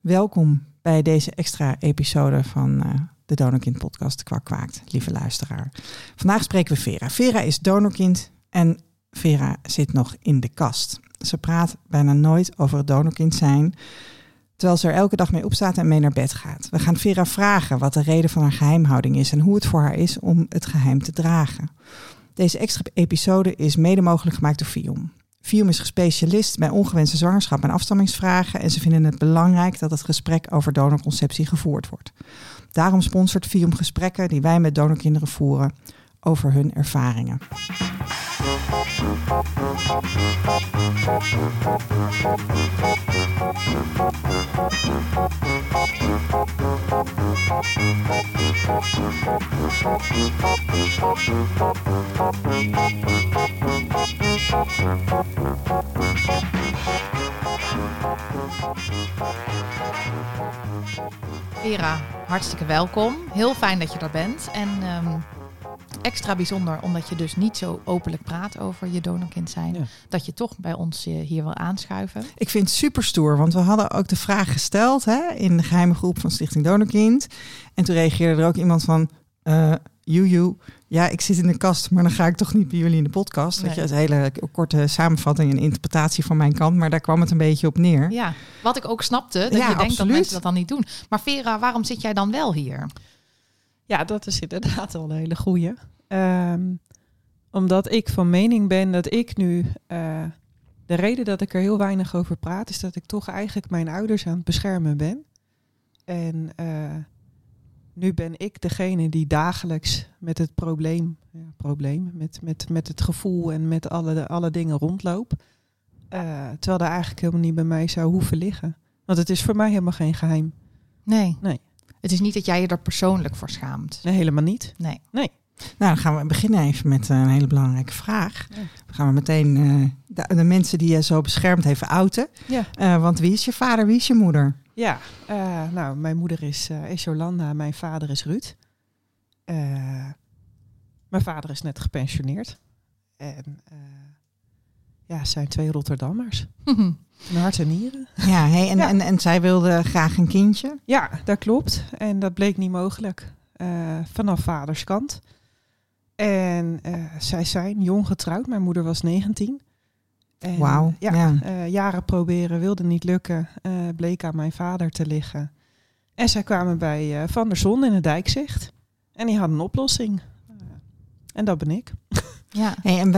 Welkom bij deze extra episode van de Donorkind podcast Kwak Kwaakt, lieve luisteraar. Vandaag spreken we Vera. Vera is donorkind en Vera zit nog in de kast. Ze praat bijna nooit over het donorkind zijn, terwijl ze er elke dag mee opstaat en mee naar bed gaat. We gaan Vera vragen wat de reden van haar geheimhouding is en hoe het voor haar is om het geheim te dragen. Deze extra episode is mede mogelijk gemaakt door FIOM. FIOM is specialist bij ongewenste zwangerschap en afstammingsvragen en ze vinden het belangrijk dat het gesprek over donorconceptie gevoerd wordt. Daarom sponsort FIOM gesprekken die wij met donorkinderen voeren over hun ervaringen. Vera, hartstikke welkom. Heel fijn dat je er bent. En extra bijzonder omdat je dus niet zo openlijk praat over je donorkind zijn. Ja. Dat je toch bij ons hier wil aanschuiven. Ik vind het super stoer, want we hadden ook de vraag gesteld in de geheime groep van Stichting Donorkind. En toen reageerde er ook iemand van, ja, ik zit in de kast, maar dan ga ik toch niet bij jullie in de podcast. Nee. Weet je, een hele korte samenvatting en interpretatie van mijn kant, maar daar kwam het een beetje op neer. Ja, wat ik ook snapte, dat je denkt absoluut dat mensen dat dan niet doen. Maar Vera, waarom zit jij dan wel hier? Ja, dat is inderdaad al een hele goeie. Omdat ik van mening ben dat ik nu... de reden dat ik er heel weinig over praat, is dat ik toch eigenlijk mijn ouders aan het beschermen ben. En nu ben ik degene die dagelijks met het probleem met het gevoel en met alle dingen rondloop. Terwijl dat eigenlijk helemaal niet bij mij zou hoeven liggen. Want het is voor mij helemaal geen geheim. Nee. Het is niet dat jij je er persoonlijk voor schaamt. Nee, helemaal niet. Nee. Nou, dan gaan we beginnen even met een hele belangrijke vraag. Ja. Dan gaan we meteen de mensen die je zo beschermd heeft outen. Ja. Want wie is je vader, wie is je moeder? Ja, nou, mijn moeder is Jolanda, mijn vader is Ruud. Mijn vader is net gepensioneerd. En het zijn 2 Rotterdammers. Van hart en nieren. Ja, en zij wilde graag een kindje? Ja, dat klopt. En dat bleek niet mogelijk. Vanaf vaders kant. En zij zijn jong getrouwd. Mijn moeder was 19. En, wauw. Jaren proberen, wilde niet lukken. Bleek aan mijn vader te liggen. En zij kwamen bij Van der Zon in het Dijkzicht. En die hadden een oplossing. En dat ben ik. Ja. Hey, en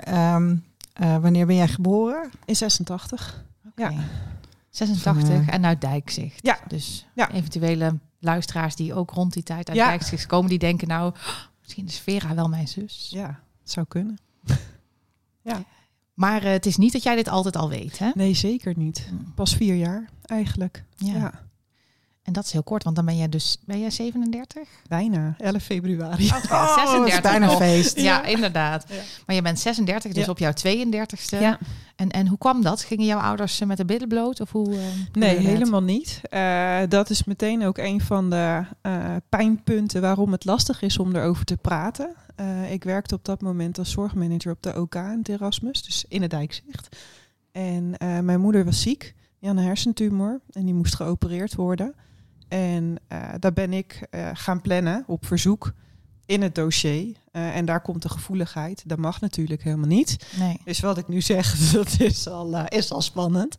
wanneer ben jij geboren? In 86. Okay. Ja. 86 en uit Dijkzicht. Ja. Dus eventuele luisteraars die ook rond die tijd uit Dijkzicht komen, die denken nou, misschien is Vera wel mijn zus. Ja, het zou kunnen. Ja. Maar het is niet dat jij dit altijd al weet, hè? Nee, zeker niet. Pas 4 jaar eigenlijk. Ja. En dat is heel kort, want dan ben jij 37? Bijna, 11 februari. 36. Bijna feest. Ja, inderdaad. Ja. Maar je bent 36, dus op jouw 32e. Ja. En hoe kwam dat? Gingen jouw ouders met de billen bloot? Of hoe? Nee, helemaal niet. Dat is meteen ook een van de pijnpunten waarom het lastig is om erover te praten. Ik werkte op dat moment als zorgmanager op de OK in het Erasmus, dus in het Dijkzicht. En mijn moeder was ziek, die had een hersentumor en die moest geopereerd worden. En daar ben ik gaan plannen op verzoek in het dossier. En daar komt de gevoeligheid. Dat mag natuurlijk helemaal niet. Nee. Dus wat ik nu zeg, dat is al spannend.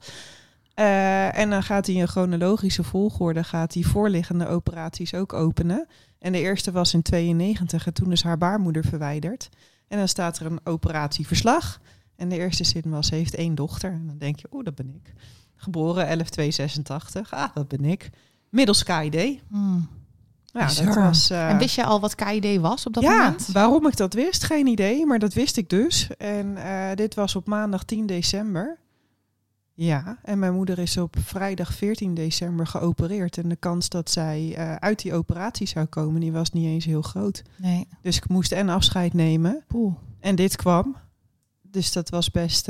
En dan gaat hij in chronologische volgorde, gaat hij voorliggende operaties ook openen. En de eerste was in 92 en toen is haar baarmoeder verwijderd. En dan staat er een operatieverslag. En de eerste zin was, ze heeft 1 dochter. En dan denk je, dat ben ik. Geboren 11/2/86. Dat ben ik. Middels KID. Ja, dat was, en wist je al wat KID was op dat moment? Ja, waarom ik dat wist, geen idee. Maar dat wist ik dus. En dit was op maandag 10 december. Ja, en mijn moeder is op vrijdag 14 december geopereerd. En de kans dat zij uit die operatie zou komen, die was niet eens heel groot. Nee. Dus ik moest afscheid nemen. En dit kwam. Dus dat was best...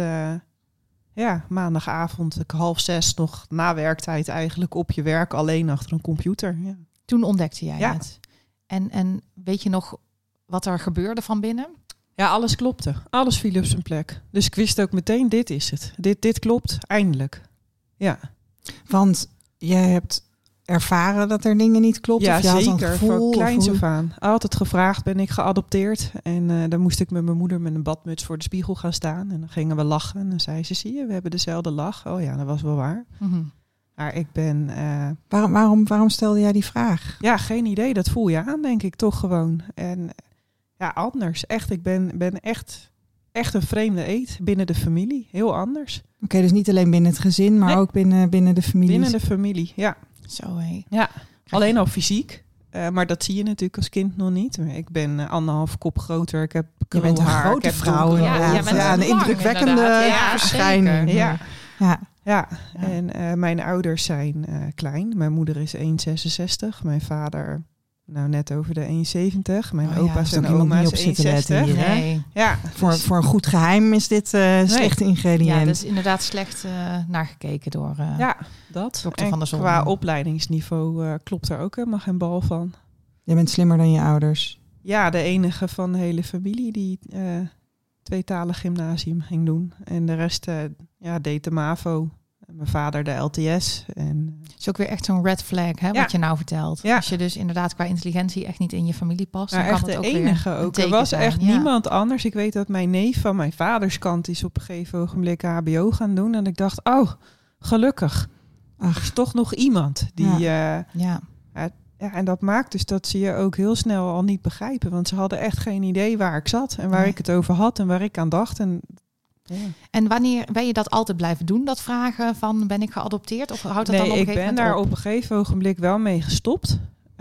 maandagavond, 5:30 nog na werktijd eigenlijk op je werk, alleen achter een computer. Ja. Toen ontdekte jij het. En weet je nog wat er gebeurde van binnen? Ja, alles klopte. Alles viel op zijn plek. Dus ik wist ook meteen, dit is het. Dit klopt, eindelijk. Ja. Want jij hebt ervaren dat er dingen niet klopt? Ja, of je had een zeker. gevoel, Van kleins of af aan. Altijd gevraagd, ben ik geadopteerd? En dan moest ik met mijn moeder met een badmuts voor de spiegel gaan staan. En dan gingen we lachen. En dan zei ze, zie je, we hebben dezelfde lach. Oh ja, dat was wel waar. Mm-hmm. Maar ik ben... Waarom stelde jij die vraag? Ja, geen idee. Dat voel je aan, denk ik, toch gewoon. En ja, anders. Echt, ik ben echt een vreemde eet binnen de familie. Heel anders. Oké, dus niet alleen binnen het gezin, maar ook binnen de familie. Binnen de familie, ja. Zo hé. Ja, alleen al fysiek. Maar dat zie je natuurlijk als kind nog niet. Maar ik ben 1,5 kop groter. Ik heb Je bent een krulhaar, grote ik heb vrouw. donkere Inderdaad. ogen. Een indrukwekkende verschijning. Ja. Ja. Ja, en mijn ouders zijn klein. Mijn moeder is 1,66. Mijn vader, net over de 1,70. Mijn opa's en oma's 1,60. Nee. Ja, Voor een goed geheim is dit slechte ingrediënt. Ja, dat is inderdaad slecht naar gekeken door dat. Dokter Van der Zon. Qua opleidingsniveau klopt er ook helemaal geen bal van. Je bent slimmer dan je ouders. Ja, de enige van de hele familie die tweetalig gymnasium ging doen. En de rest deed de MAVO. Mijn vader de LTS. Het is ook weer echt zo'n red flag, hè, wat je nou vertelt. Ja. Als je dus inderdaad qua intelligentie echt niet in je familie past. Dan kan echt het ook de enige weer ook. Er was echt niemand anders. Ik weet dat mijn neef van mijn vaders kant is op een gegeven ogenblik HBO gaan doen. En ik dacht, oh, gelukkig. Er is toch nog iemand die... en dat maakt dus dat ze je ook heel snel al niet begrijpen. Want ze hadden echt geen idee waar ik zat en waar ik het over had en waar ik aan dacht. En wanneer ben je dat altijd blijven doen, dat vragen van ben ik geadopteerd? Of houdt dat dan op een gegeven moment ik ben daar op een gegeven ogenblik wel mee gestopt.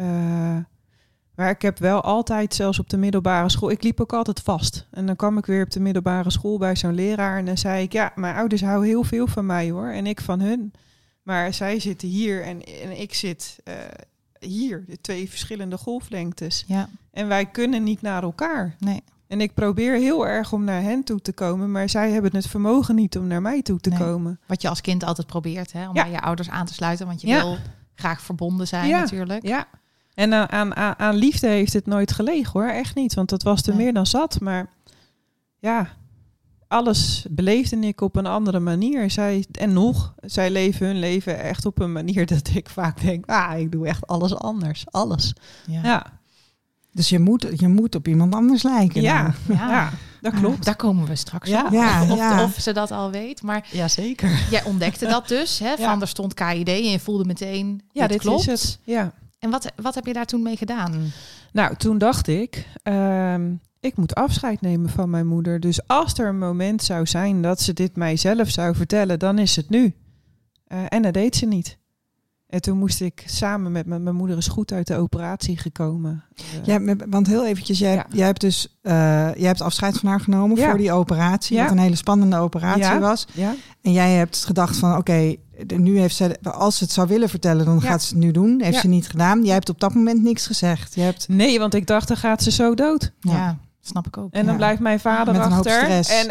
Maar ik heb wel altijd, zelfs op de middelbare school, ik liep ook altijd vast. En dan kwam ik weer op de middelbare school bij zo'n leraar en dan zei ik, ja, mijn ouders houden heel veel van mij hoor. En ik van hun. Maar zij zitten hier en ik zit hier, de 2 verschillende golflengtes. Ja. En wij kunnen niet naar elkaar. Nee. En ik probeer heel erg om naar hen toe te komen, maar zij hebben het vermogen niet om naar mij toe te komen. Wat je als kind altijd probeert, hè? Om bij je ouders aan te sluiten, want je wil graag verbonden zijn natuurlijk. Ja. En aan liefde heeft het nooit gelegen hoor, echt niet. Want dat was er meer dan zat. Maar ja, alles beleefde ik op een andere manier. Zij leven hun leven echt op een manier dat ik vaak denk, ik doe echt alles anders. Alles. Ja. Dus je moet op iemand anders lijken. Ja, dat klopt. Daar komen we straks op. Of ze dat al weet. Maar zeker. Jij ontdekte dat dus. Hè, van er stond KID en je voelde meteen, dit klopt. Is het. Ja. En wat heb je daar toen mee gedaan? Nou, toen dacht ik, ik moet afscheid nemen van mijn moeder. Dus als er een moment zou zijn dat ze dit mijzelf zou vertellen, dan is het nu. En dat deed ze niet. En toen moest ik samen met mijn moeder is goed uit de operatie gekomen. Want heel eventjes, jij hebt afscheid van haar genomen voor die operatie. Wat een hele spannende operatie was. Ja. En jij hebt gedacht van oké, nu heeft ze, als ze het zou willen vertellen, dan gaat ze het nu doen. Heeft ze niet gedaan. Jij hebt op dat moment niks gezegd. Nee, want ik dacht, dan gaat ze zo dood. Ja. Snap ik ook. En dan blijft mijn vader achter.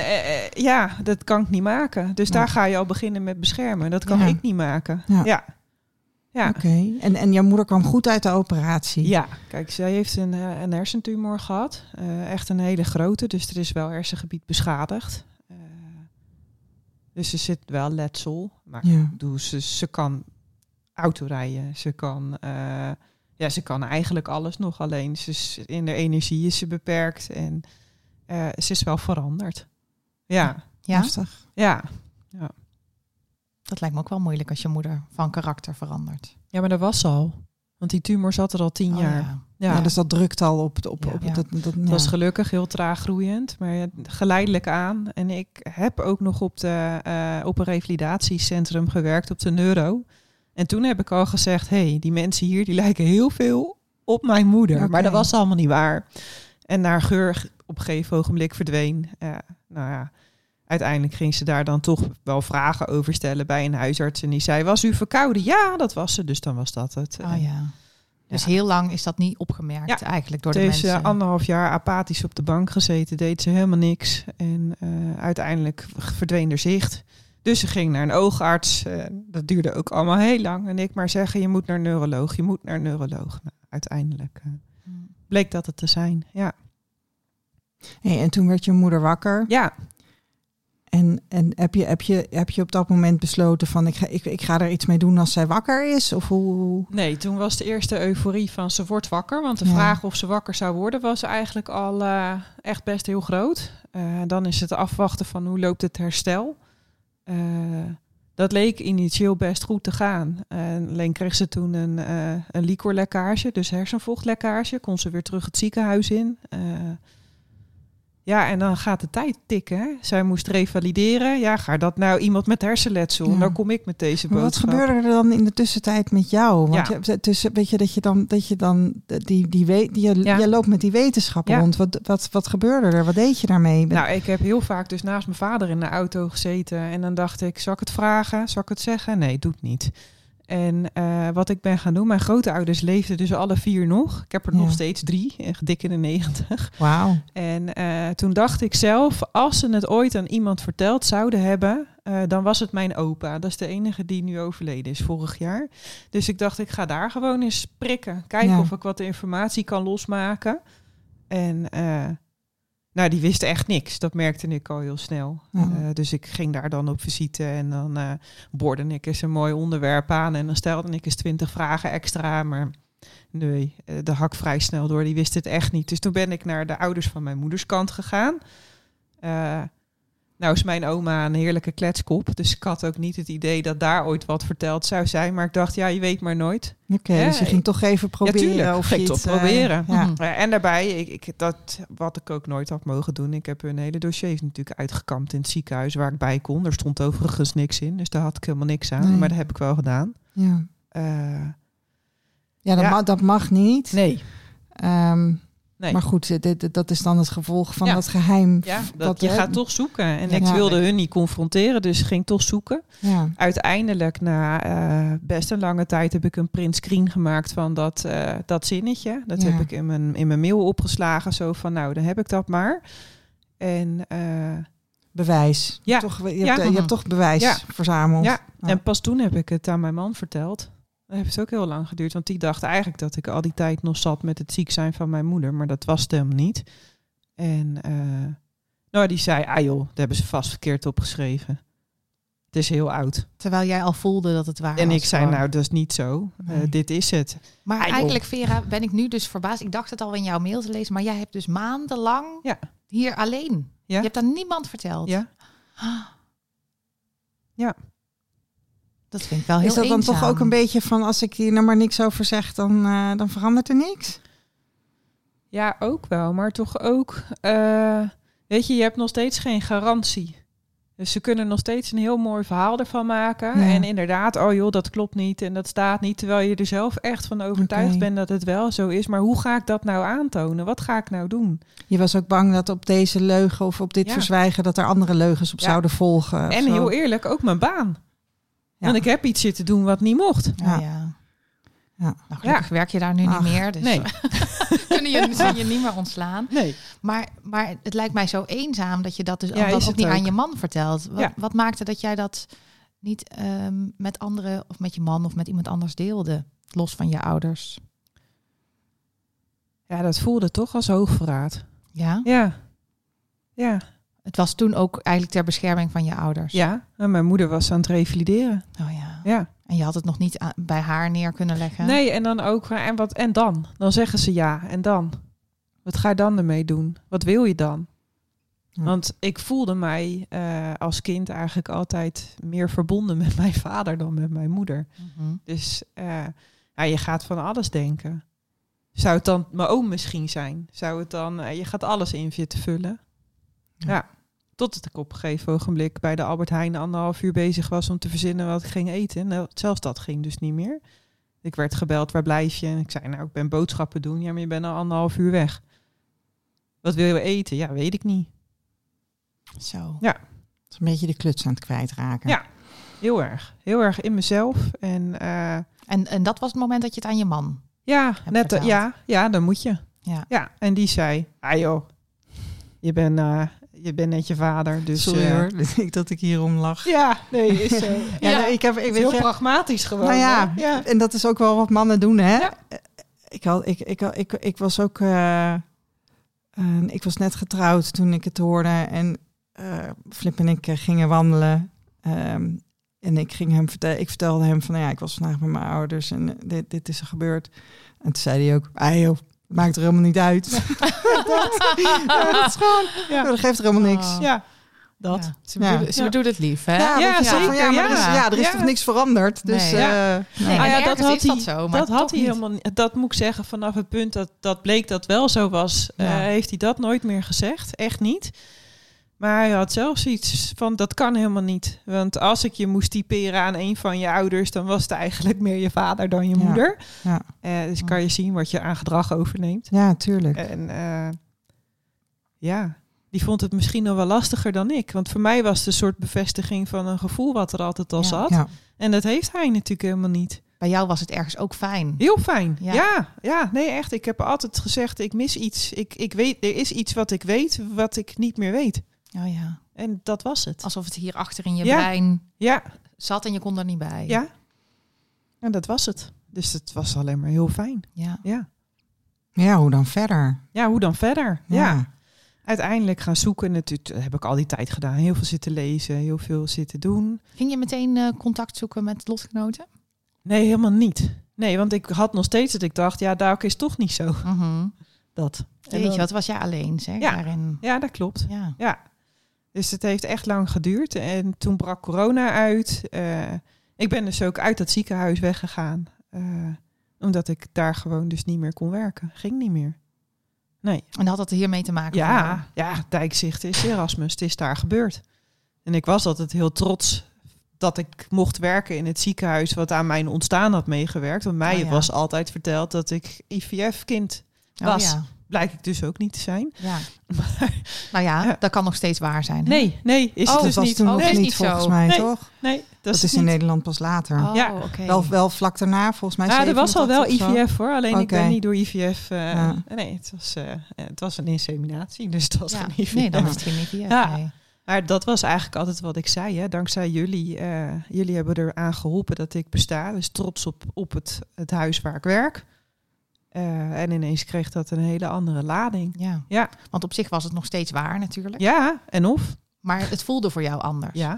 En dat kan ik niet maken. Dus daar ga je al beginnen met beschermen. Dat kan ik niet maken. Ja. Oké. En jouw moeder kwam goed uit de operatie? Ja, kijk, zij heeft een hersentumor gehad. Echt een hele grote. Dus er is wel hersengebied beschadigd. Dus ze zit wel letsel. Maar ze kan autorijden. Ze kan eigenlijk alles nog. Alleen in de energie is ze beperkt. En ze is wel veranderd. Ja. Heftig. Ja. Dat lijkt me ook wel moeilijk als je moeder van karakter verandert. Ja, maar dat was al. Want die tumor zat er al 10 jaar. Ja, dus dat drukt al op dat. Dat was gelukkig heel traag groeiend, maar geleidelijk aan. En ik heb ook nog op een revalidatiecentrum gewerkt, op de neuro. En toen heb ik al gezegd, die mensen hier die lijken heel veel op mijn moeder. Okay. Maar dat was allemaal niet waar. En haar geur op een gegeven ogenblik verdween. Uiteindelijk ging ze daar dan toch wel vragen over stellen bij een huisarts. En die zei, was u verkouden? Ja, dat was ze. Dus dan was dat het. Dus heel lang is dat niet opgemerkt eigenlijk door de mensen. Ze 1,5 jaar apathisch op de bank gezeten. Deed ze helemaal niks. En uiteindelijk verdween er zicht. Dus ze ging naar een oogarts. Dat duurde ook allemaal heel lang. En ik maar zeggen, je moet naar een neuroloog. Je moet naar een neuroloog. Nou, uiteindelijk bleek dat het te zijn. Ja. En toen werd je moeder wakker. Ja. En heb je op dat moment besloten van ik ga er iets mee doen als zij wakker is? Of hoe? Nee, toen was de eerste euforie van ze wordt wakker. Want de vraag of ze wakker zou worden was eigenlijk al echt best heel groot. Dan is het afwachten van hoe loopt het herstel. Dat leek initieel best goed te gaan. Alleen kreeg ze toen een liquorlekkage, dus hersenvochtlekkage. Kon ze weer terug het ziekenhuis in. Ja, en dan gaat de tijd tikken. Hè? Zij moest revalideren. Ja, ga dat nou iemand met hersenletsel? Ja. Nou kom ik met deze boodschap. Wat gebeurde er dan in de tussentijd met jou? Want weet je dat je dan je loopt met die wetenschappen rond. Wat gebeurde er? Wat deed je daarmee? Nou, ik heb heel vaak dus naast mijn vader in de auto gezeten. En dan dacht ik, zal ik het vragen? Zal ik het zeggen? Nee, doe het niet. En wat ik ben gaan doen, mijn grootouders leefden dus alle 4 nog. Ik heb er nog steeds 3, echt dik in de 90. Wauw. En toen dacht ik zelf, als ze het ooit aan iemand verteld zouden hebben, dan was het mijn opa. Dat is de enige die nu overleden is vorig jaar. Dus ik dacht, ik ga daar gewoon eens prikken. Kijken of ik wat informatie kan losmaken. En nou, die wisten echt niks. Dat merkte ik al heel snel. Dus ik ging daar dan op visite en dan boorde ik eens een mooi onderwerp aan. En dan stelde ik eens 20 vragen extra. Maar nee, de hak vrij snel door. Die wist het echt niet. Dus toen ben ik naar de ouders van mijn moeders kant gegaan. Nou is mijn oma een heerlijke kletskop. Dus ik had ook niet het idee dat daar ooit wat verteld zou zijn. Maar ik dacht, ja, je weet maar nooit. Oké, dus je ging toch even proberen. Ja, of ging je toch het, proberen. En daarbij, dat wat ik ook nooit had mogen doen. Ik heb hun hele dossiers natuurlijk uitgekampt in het ziekenhuis waar ik bij kon. Er stond overigens niks in, dus daar had ik helemaal niks aan. Nee. Maar dat heb ik wel gedaan. Dat mag niet. Nee. Nee. Maar goed, dat is dan het gevolg van dat geheim. Ja, je gaat toch zoeken. En ik wilde hun niet confronteren, dus ging toch zoeken. Ja. Uiteindelijk, na best een lange tijd, heb ik een print screen gemaakt van dat zinnetje. Dat heb ik in mijn mail opgeslagen. Zo van, nou, dan heb ik dat maar. En bewijs. Ja. Je hebt toch bewijs verzameld. Ja. En pas toen heb ik het aan mijn man verteld. Dat heeft ook heel lang geduurd, want die dacht eigenlijk dat ik al die tijd nog zat met het ziek zijn van mijn moeder, maar dat was het helemaal niet. En die zei, joh, dat hebben ze vast verkeerd opgeschreven. Het is heel oud. Terwijl jij al voelde dat het waar was. En ik zei, nou, dat is niet zo. Dit is het. Maar eigenlijk, Vera, ben ik nu dus verbaasd. Ik dacht het al in jouw mail te lezen, maar jij hebt dus maandenlang hier alleen. Ja. Je hebt aan niemand verteld. Ja. Ja. Dat vind ik wel heel eenzaam. Is dat dan toch ook een beetje van, als ik hier nou maar niks over zeg, dan verandert er niks? Ja, ook wel. Maar toch ook, weet je hebt nog steeds geen garantie. Dus ze kunnen nog steeds een heel mooi verhaal ervan maken. Ja. En inderdaad, dat klopt niet en dat staat niet. Terwijl je er zelf echt van overtuigd bent dat het wel zo is. Maar hoe ga ik dat nou aantonen? Wat ga ik nou doen? Je was ook bang dat op deze leugen of op dit verzwijgen, dat er andere leugens op zouden volgen. En heel eerlijk, ook mijn baan. Ja. Want ik heb iets zitten doen wat niet mocht. Ja. Nou, gelukkig werk je daar nu niet meer. Dus nee. Kunnen je niet meer ontslaan. Nee. Maar het lijkt mij zo eenzaam dat je dat dus ook niet aan je man vertelt. Wat maakte dat jij dat niet met anderen of met je man of met iemand anders deelde? Los van je ouders. Ja, dat voelde toch als hoogverraad. Ja? Ja. Het was toen ook eigenlijk ter bescherming van je ouders. Ja, en mijn moeder was aan het revalideren. Oh ja. Ja. En je had het nog niet bij haar neer kunnen leggen? Nee, en dan ook, en dan? Dan zeggen ze ja, en dan? Wat ga je dan ermee doen? Wat wil je dan? Ja. Want ik voelde mij als kind eigenlijk altijd meer verbonden met mijn vader dan met mijn moeder. Mm-hmm. Dus je gaat van alles denken. Zou het dan mijn oom misschien zijn? Zou het dan, je gaat alles in je te vullen. Ja, totdat ik op een gegeven ogenblik bij de Albert Heijn 1,5 uur bezig was om te verzinnen wat ik ging eten. Nou, zelfs dat ging dus niet meer. Ik werd gebeld, waar blijf je? En ik zei, nou, ik ben boodschappen doen. Ja, maar je bent al 1,5 uur weg. Wat wil je eten? Ja, weet ik niet. Zo. Ja. Dat is een beetje de kluts aan het kwijtraken. Ja, heel erg. Heel erg in mezelf. En dat was het moment dat je het aan je man net dan moet je. Ja, en die zei, joh, je bent net je vader. Dus, sorry hoor, dat ik hierom lach. Ja, nee, is zo. Ik weet heel pragmatisch gewoon. Nou ja, en dat is ook wel wat mannen doen, hè? Ja. Ik was ook... ik was net getrouwd toen ik het hoorde. En Flip en ik gingen wandelen. En ik vertelde hem van, ik was vandaag met mijn ouders en dit is er gebeurd. En toen zei hij ook, joh, maakt er helemaal niet uit. Dat is gewoon, dat geeft er helemaal niks. Ja, dat. Ja. Ze bedoelt het lief, hè? Ja, zeker. Er is toch niks veranderd. Dus, dat had hij helemaal niet. Dat moet ik zeggen, vanaf het punt dat bleek dat wel zo was, heeft hij dat nooit meer gezegd. Echt niet. Maar hij had zelfs iets van, dat kan helemaal niet. Want als ik je moest typeren aan een van je ouders, dan was het eigenlijk meer je vader dan je moeder. Ja. Dus kan je zien wat je aan gedrag overneemt. Ja, tuurlijk. En die vond het misschien nog wel lastiger dan ik. Want voor mij was het een soort bevestiging van een gevoel wat er altijd al zat. Ja. En dat heeft hij natuurlijk helemaal niet. Bij jou was het ergens ook fijn. Heel fijn. Ja, nee, echt. Ik heb altijd gezegd, ik mis iets. Ik weet, er is iets wat ik weet, wat ik niet meer weet. Oh ja. En dat was het. Alsof het hier achter in je brein zat en je kon er niet bij. Ja. En dat was het. Dus het was alleen maar heel fijn. Ja, hoe dan verder? Ja. Uiteindelijk gaan zoeken. Natuurlijk heb ik al die tijd gedaan. Heel veel zitten lezen, heel veel zitten doen. Ging je meteen contact zoeken met lotgenoten? Nee, helemaal niet. Nee, want ik had nog steeds dat ik dacht, daar is toch niet zo. Mm-hmm. Dat. Weet je, wat was jij alleen, zeg? Ja, dat klopt. Ja. Dus het heeft echt lang geduurd. En toen brak corona uit. Ik ben dus ook uit dat ziekenhuis weggegaan. Omdat ik daar gewoon dus niet meer kon werken. Ging niet meer. Nee. En had dat hiermee te maken? Ja, Dijkzicht is Erasmus. Het is daar gebeurd. En ik was altijd heel trots dat ik mocht werken in het ziekenhuis wat aan mijn ontstaan had meegewerkt. Want mij was altijd verteld dat ik IVF-kind was. Ja. Blijk ik dus ook niet te zijn. Ja. Dat kan nog steeds waar zijn. Hè? Nee, is het dus niet. Toen nog niet volgens mij, toch? Nee, dat is in Nederland pas later. Okay. Wel vlak daarna, volgens mij. Er was al wel IVF hoor, alleen ik ben niet door IVF. Nee, het was een inseminatie, dus het was geen IVF. Nee, dat was geen IVF. Nee. Maar dat was eigenlijk altijd wat ik zei. Hè. Dankzij jullie. Jullie hebben eraan geholpen dat ik besta. Dus trots op het huis waar ik werk. En ineens kreeg dat een hele andere lading. Ja. Want op zich was het nog steeds waar natuurlijk. Ja, en of. Maar het voelde voor jou anders. Ja.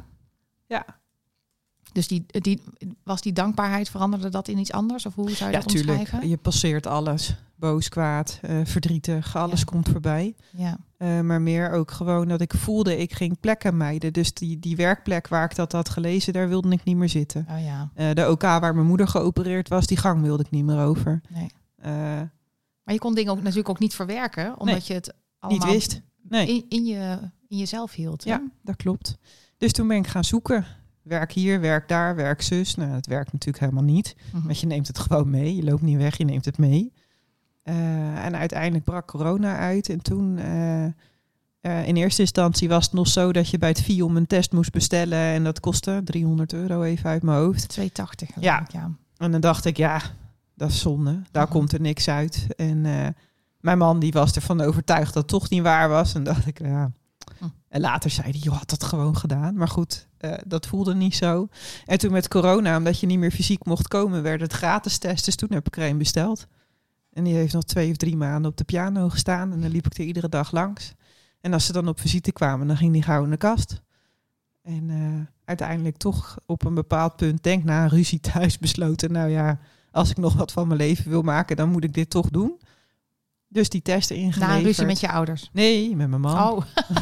Dus was die dankbaarheid, veranderde dat in iets anders? Of hoe zou je dat omschrijven? Tuurlijk. Je passeert alles. Boos, kwaad, verdrietig. Alles komt voorbij. Ja. Maar meer ook gewoon dat ik voelde, ik ging plekken mijden. Dus die werkplek waar ik dat had gelezen, daar wilde ik niet meer zitten. Oh ja. De OK waar mijn moeder geopereerd was, die gang wilde ik niet meer over. Nee. Maar je kon dingen ook natuurlijk ook niet verwerken, omdat je het allemaal niet wist. Nee. in jezelf hield. Hè? Ja, dat klopt. Dus toen ben ik gaan zoeken. Werk hier, werk daar, werk zus. Nou, dat werkt natuurlijk helemaal niet. Mm-hmm. Want je neemt het gewoon mee. Je loopt niet weg, je neemt het mee. En uiteindelijk brak corona uit. En toen, in eerste instantie was het nog zo dat je bij het VIOM een test moest bestellen. En dat kostte €300 even uit mijn hoofd. 280 ja. En dan dacht ik, dat is zonde. Daar komt er niks uit. En mijn man die was ervan overtuigd dat het toch niet waar was. En dacht ik, En later zei hij, je had dat gewoon gedaan. Maar goed, dat voelde niet zo. En toen met corona, omdat je niet meer fysiek mocht komen, werd het gratis test. Dus toen heb ik er een besteld. En die heeft nog 2 of 3 maanden op de piano gestaan. En dan liep ik er iedere dag langs. En als ze dan op visite kwamen, dan ging die gauw in de kast. En uiteindelijk toch op een bepaald punt, denk na een ruzie thuis, besloten, als ik nog wat van mijn leven wil maken, dan moet ik dit toch doen. Dus die testen ingeleverd. Na een ruzie met je ouders? Nee, met mijn man. Oh.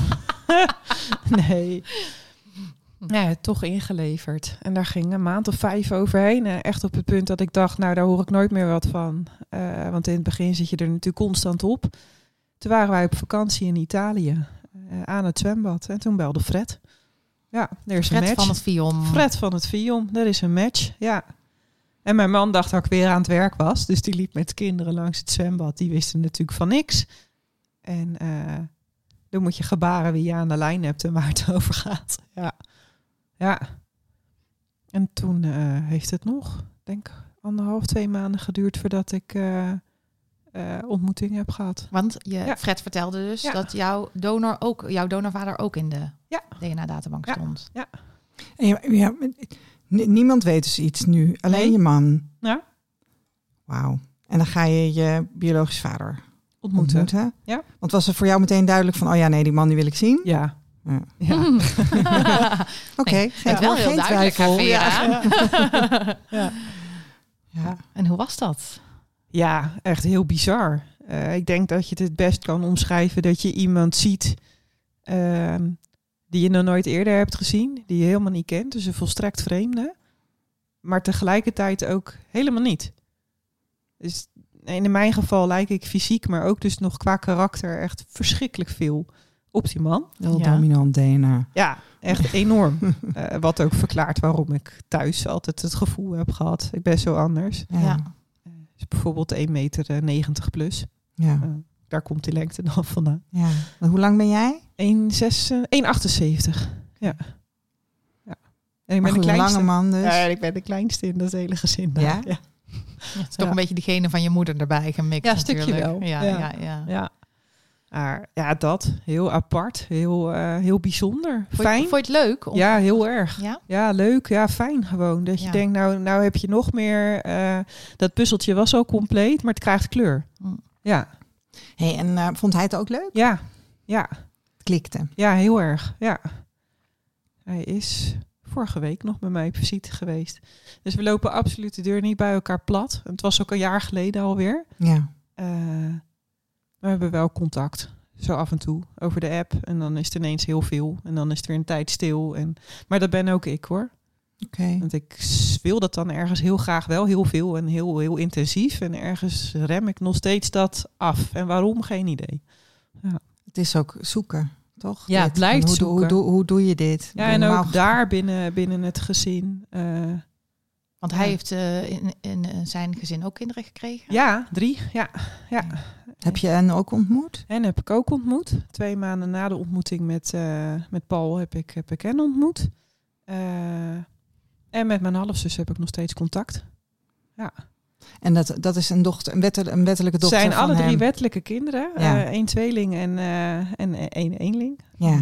Nee. Nee, toch ingeleverd. En daar ging een maand of 5 overheen. Echt op het punt dat ik dacht, daar hoor ik nooit meer wat van. Want in het begin zit je er natuurlijk constant op. Toen waren wij op vakantie in Italië. Aan het zwembad. En toen belde Fred. Ja, er is een match. Fred van het VIOM. Fred van het VIOM. Er is een match, ja. En mijn man dacht dat ik weer aan het werk was. Dus die liep met kinderen langs het zwembad. Die wisten natuurlijk van niks. En dan moet je gebaren wie je aan de lijn hebt en waar het over gaat. Ja. En toen heeft het nog, denk ik, 1,5-2 maanden geduurd voordat ik ontmoeting heb gehad. Want Fred vertelde dus dat jouw donorvader ook in de DNA-databank stond. Ja. En niemand weet dus iets nu. Alleen je man. Ja. Wauw. En dan ga je je biologische vader ontmoeten. Ja. Want was het voor jou meteen duidelijk van, die man die wil ik zien? Ja. Oké, wel heel duidelijk, Vera. Ja. En hoe was dat? Ja, echt heel bizar. Ik denk dat je het best kan omschrijven dat je iemand ziet die je nog nooit eerder hebt gezien, die je helemaal niet kent, dus een volstrekt vreemde, maar tegelijkertijd ook helemaal niet. Dus in mijn geval lijk ik fysiek, maar ook dus nog qua karakter echt verschrikkelijk veel op die man. Heel dominant DNA. Ja, echt enorm. Wat ook verklaart waarom ik thuis altijd het gevoel heb gehad, ik ben zo anders. Dus bijvoorbeeld 1,90 meter plus. Ja. Daar komt die lengte dan vandaan. Ja. En hoe lang ben jij? 1,78. Ja. En ik ben de kleinste. Lange man dus. Ja, ik ben de kleinste in dat hele gezin. Ja? Ja, het is toch een beetje de genen van je moeder erbij gemixt. Ja, een stukje wel. Ja. Maar ja, dat. Heel apart. Heel bijzonder. Fijn. Vond je het leuk? Ja, heel erg. Ja? Ja, leuk. Ja, fijn gewoon. Dat je denkt, nou heb je nog meer. Dat puzzeltje was al compleet, maar het krijgt kleur. Ja. Hey, en vond hij het ook leuk? Ja. Het klikte. Ja, heel erg. Ja. Hij is vorige week nog bij mij op visite geweest. Dus we lopen absoluut de deur niet bij elkaar plat. Het was ook een jaar geleden alweer. Ja. We hebben wel contact. Zo af en toe. Over de app. En dan is het ineens heel veel. En dan is het weer een tijd stil. Maar dat ben ook ik hoor. Oké. Want ik wil dat dan ergens heel graag wel. Heel veel en heel, heel intensief. En ergens rem ik nog steeds dat af. En waarom? Geen idee. Ja. Het is ook zoeken, toch? Ja, het blijft zoeken. Hoe doe je dit? Ja, en ook daar binnen het gezin. Want hij heeft in zijn gezin ook kinderen gekregen? Ja, 3. Ja. Heb je hen ook ontmoet? En heb ik ook ontmoet. 2 maanden na de ontmoeting met Paul heb ik hen ontmoet. En met mijn halfzus heb ik nog steeds contact. Ja. En dat is een wettelijke dochter zijn van alle 3 hem. wettelijke kinderen. Ja. 1 tweeling en 1 eenling. Ja.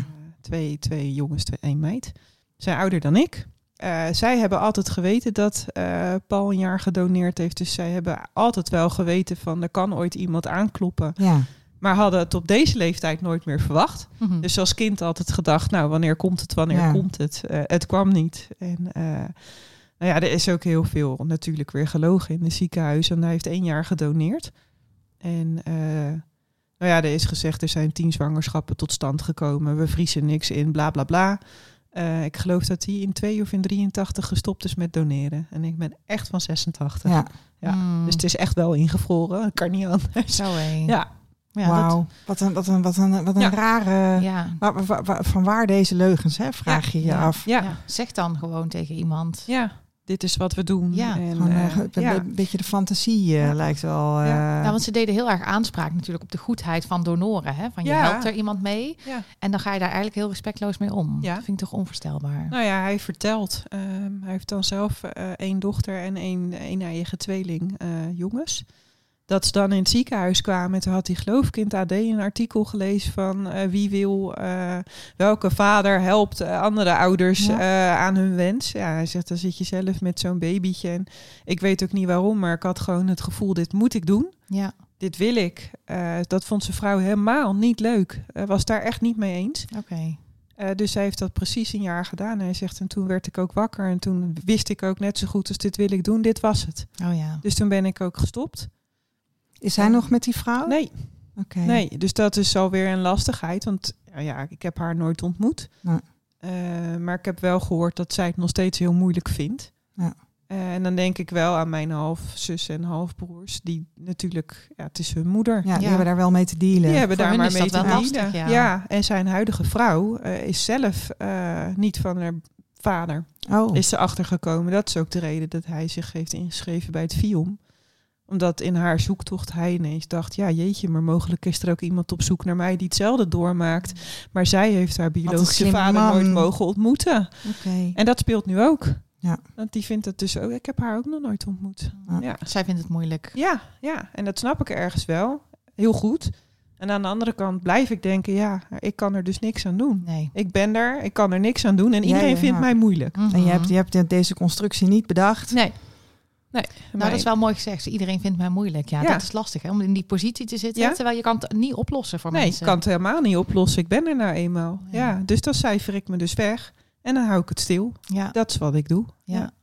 2 jongens, 1 meid. Zijn ouder dan ik. Zij hebben altijd geweten dat Paul een jaar gedoneerd heeft. Dus zij hebben altijd wel geweten van er kan ooit iemand aankloppen. Ja. Maar hadden het op deze leeftijd nooit meer verwacht. Mm-hmm. Dus als kind altijd gedacht, nou wanneer komt het, komt het? Het kwam niet. En er is ook heel veel natuurlijk weer gelogen in het ziekenhuis. En hij heeft 1 jaar gedoneerd. En er is gezegd, er zijn 10 zwangerschappen tot stand gekomen. We vriezen niks in, bla bla bla. Ik geloof dat hij in 2 of in 83 gestopt is met doneren. En ik ben echt van 86. Ja. Dus het is echt wel ingevroren. Dat kan niet anders. Zo hé. Ja. Wauw, wat een rare... Ja. Van waar deze leugens, hè? Vraag je je af. Ja. Zeg dan gewoon tegen iemand. Ja, dit is wat we doen. Ja. En, een beetje de fantasie lijkt wel... want ze deden heel erg aanspraak natuurlijk op de goedheid van donoren. Hè? Van je helpt er iemand mee. Ja. En dan ga je daar eigenlijk heel respectloos mee om. Ja. Dat vind ik toch onvoorstelbaar. Nou ja, hij vertelt. Hij heeft dan zelf 1 dochter en 1 eigen tweeling jongens. Dat ze dan in het ziekenhuis kwamen. Toen had hij geloof ik in het AD een artikel gelezen van wie wil, welke vader helpt andere ouders aan hun wens. Ja, hij zegt, dan zit je zelf met zo'n babytje. En ik weet ook niet waarom, maar ik had gewoon het gevoel, dit moet ik doen. Ja. Dit wil ik. Dat vond zijn vrouw helemaal niet leuk. Was daar echt niet mee eens. Oké. Dus hij heeft dat precies 1 jaar gedaan. En hij zegt, en toen werd ik ook wakker. En toen wist ik ook net zo goed, dus dit wil ik doen. Dit was het. Oh ja. Dus toen ben ik ook gestopt. Is hij nog met die vrouw? Nee. Okay. Nee, dus dat is alweer een lastigheid. Want ik heb haar nooit ontmoet. Ja. Maar ik heb wel gehoord dat zij het nog steeds heel moeilijk vindt. Ja. En dan denk ik wel aan mijn halfzus en halfbroers. Die natuurlijk, het is hun moeder. Ja, die hebben daar wel mee te dealen. Die hebben daar maar mee te dealen. Lastig, ja, en zijn huidige vrouw is zelf niet van haar vader. Is ze achtergekomen. Dat is ook de reden dat hij zich heeft ingeschreven bij het FIOM. Omdat in haar zoektocht hij ineens dacht, ja jeetje, maar mogelijk is er ook iemand op zoek naar mij die hetzelfde doormaakt. Maar zij heeft haar biologische vader nooit mogen ontmoeten. Okay. En dat speelt nu ook. Ja. Want die vindt het dus ook, ik heb haar ook nog nooit ontmoet. Ja. Zij vindt het moeilijk. Ja, en dat snap ik ergens wel. Heel goed. En aan de andere kant blijf ik denken, ik kan er dus niks aan doen. Nee. Ik ben er, ik kan er niks aan doen en iedereen vindt mij moeilijk. Mm-hmm. En je hebt deze constructie niet bedacht. Nee. Nee. Nou, dat is wel mooi gezegd. Iedereen vindt mij moeilijk. Ja, dat is lastig, hè, om in die positie te zitten. Terwijl je kan het niet oplossen voor mensen. Nee, ik kan het helemaal niet oplossen. Ik ben er nou eenmaal. Ja, dus dan cijfer ik me dus weg. En dan hou ik het stil. Ja. Dat is wat ik doe. Ja.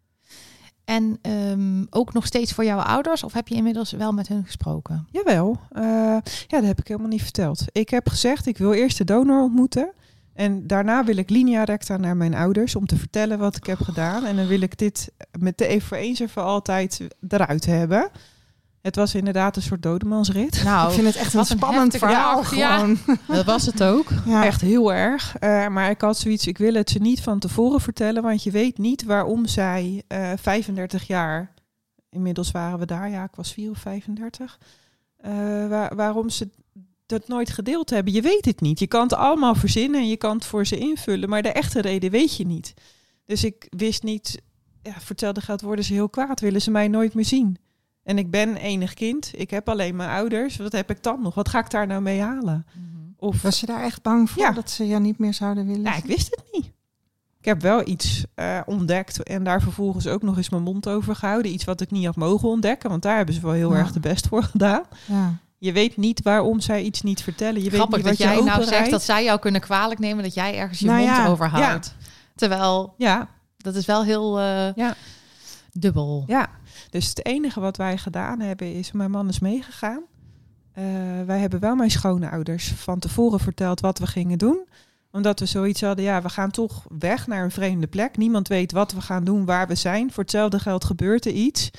En ook nog steeds voor jouw ouders? Of heb je inmiddels wel met hun gesproken? Jawel. Dat heb ik helemaal niet verteld. Ik heb gezegd, ik wil eerst de donor ontmoeten. En daarna wil ik linea recta naar mijn ouders om te vertellen wat ik heb gedaan. En dan wil ik dit met de even voor eens en voor altijd eruit hebben. Het was inderdaad een soort dodemansrit. Nou, ik vind het echt een spannend verhaal. Gewoon. Dat was het ook. Ja. Echt heel erg. Maar ik had zoiets, ik wil het ze niet van tevoren vertellen. Want je weet niet waarom zij 35 jaar... Inmiddels waren we daar, ik was 4 of 35. Waarom ze dat nooit gedeeld hebben. Je weet het niet. Je kan het allemaal verzinnen en je kan het voor ze invullen. Maar de echte reden weet je niet. Dus ik wist niet... vertelde gaat worden ze heel kwaad. Willen ze mij nooit meer zien. En ik ben enig kind. Ik heb alleen mijn ouders. Wat heb ik dan nog? Wat ga ik daar nou mee halen? Of was je daar echt bang voor dat ze je niet meer zouden willen? Ja, ik wist het niet. Ik heb wel iets ontdekt en daar vervolgens ook nog eens mijn mond over gehouden. Iets wat ik niet had mogen ontdekken, want daar hebben ze wel heel erg de best voor gedaan. Ja. Je weet niet waarom zij iets niet vertellen. Je Grappig weet niet wat jij nou zegt dat zij jou kunnen kwalijk nemen dat jij ergens je mond overhoudt. Ja. Terwijl, dat is wel heel dubbel. Ja, dus het enige wat wij gedaan hebben is, mijn man is meegegaan. Wij hebben wel mijn schoonouders van tevoren verteld wat we gingen doen. Omdat we zoiets hadden, we gaan toch weg naar een vreemde plek. Niemand weet wat we gaan doen, waar we zijn. Voor hetzelfde geld gebeurt er iets.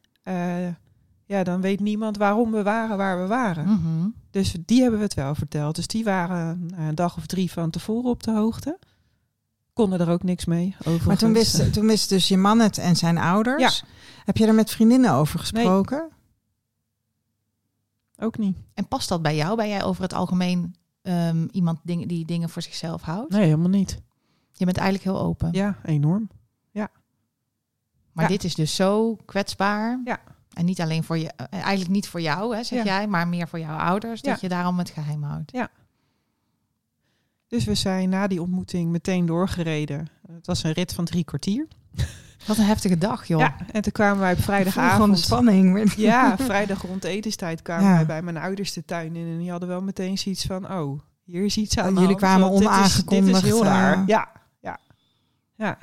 Dan weet niemand waarom we waren waar we waren. Mm-hmm. Dus die hebben we het wel verteld. Dus die waren een dag of 3 van tevoren op de hoogte. Konden er ook niks mee over. Maar toen wist dus je man het en zijn ouders. Ja. Heb je er met vriendinnen over gesproken? Nee. Ook niet. En past dat bij jou? Ben jij over het algemeen iemand die dingen voor zichzelf houdt? Nee, helemaal niet. Je bent eigenlijk heel open. Ja, enorm. Ja. Maar dit is dus zo kwetsbaar. Ja. En niet alleen voor je, eigenlijk niet voor jou, hè, zeg jij, maar meer voor jouw ouders, dat je daarom het geheim houdt. Ja. Dus we zijn na die ontmoeting meteen doorgereden. Het was een rit van 3 kwartier. Wat een heftige dag, joh. Ja, en toen kwamen wij op vrijdagavond. De spanning. Ja, vrijdag rond etenstijd kwamen wij bij mijn ouders de tuin in. En die hadden wel meteen zoiets van, hier is iets aan de jullie kwamen onaangekondigd. Dit is heel raar. Ja.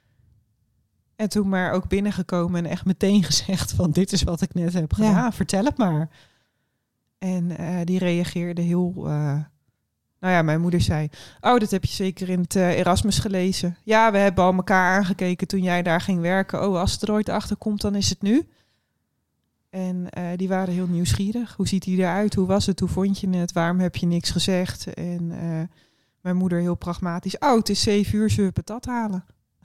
En toen maar ook binnengekomen en echt meteen gezegd van, dit is wat ik net heb gedaan. Ja. Vertel het maar. En die reageerde heel... mijn moeder zei, dat heb je zeker in het Erasmus gelezen. Ja, we hebben al elkaar aangekeken toen jij daar ging werken. Als het er ooit achter komt, dan is het nu. En die waren heel nieuwsgierig. Hoe ziet hij eruit? Hoe was het? Hoe vond je het? Waarom heb je niks gezegd? En mijn moeder heel pragmatisch. Het is 7 uur, zullen we patat halen?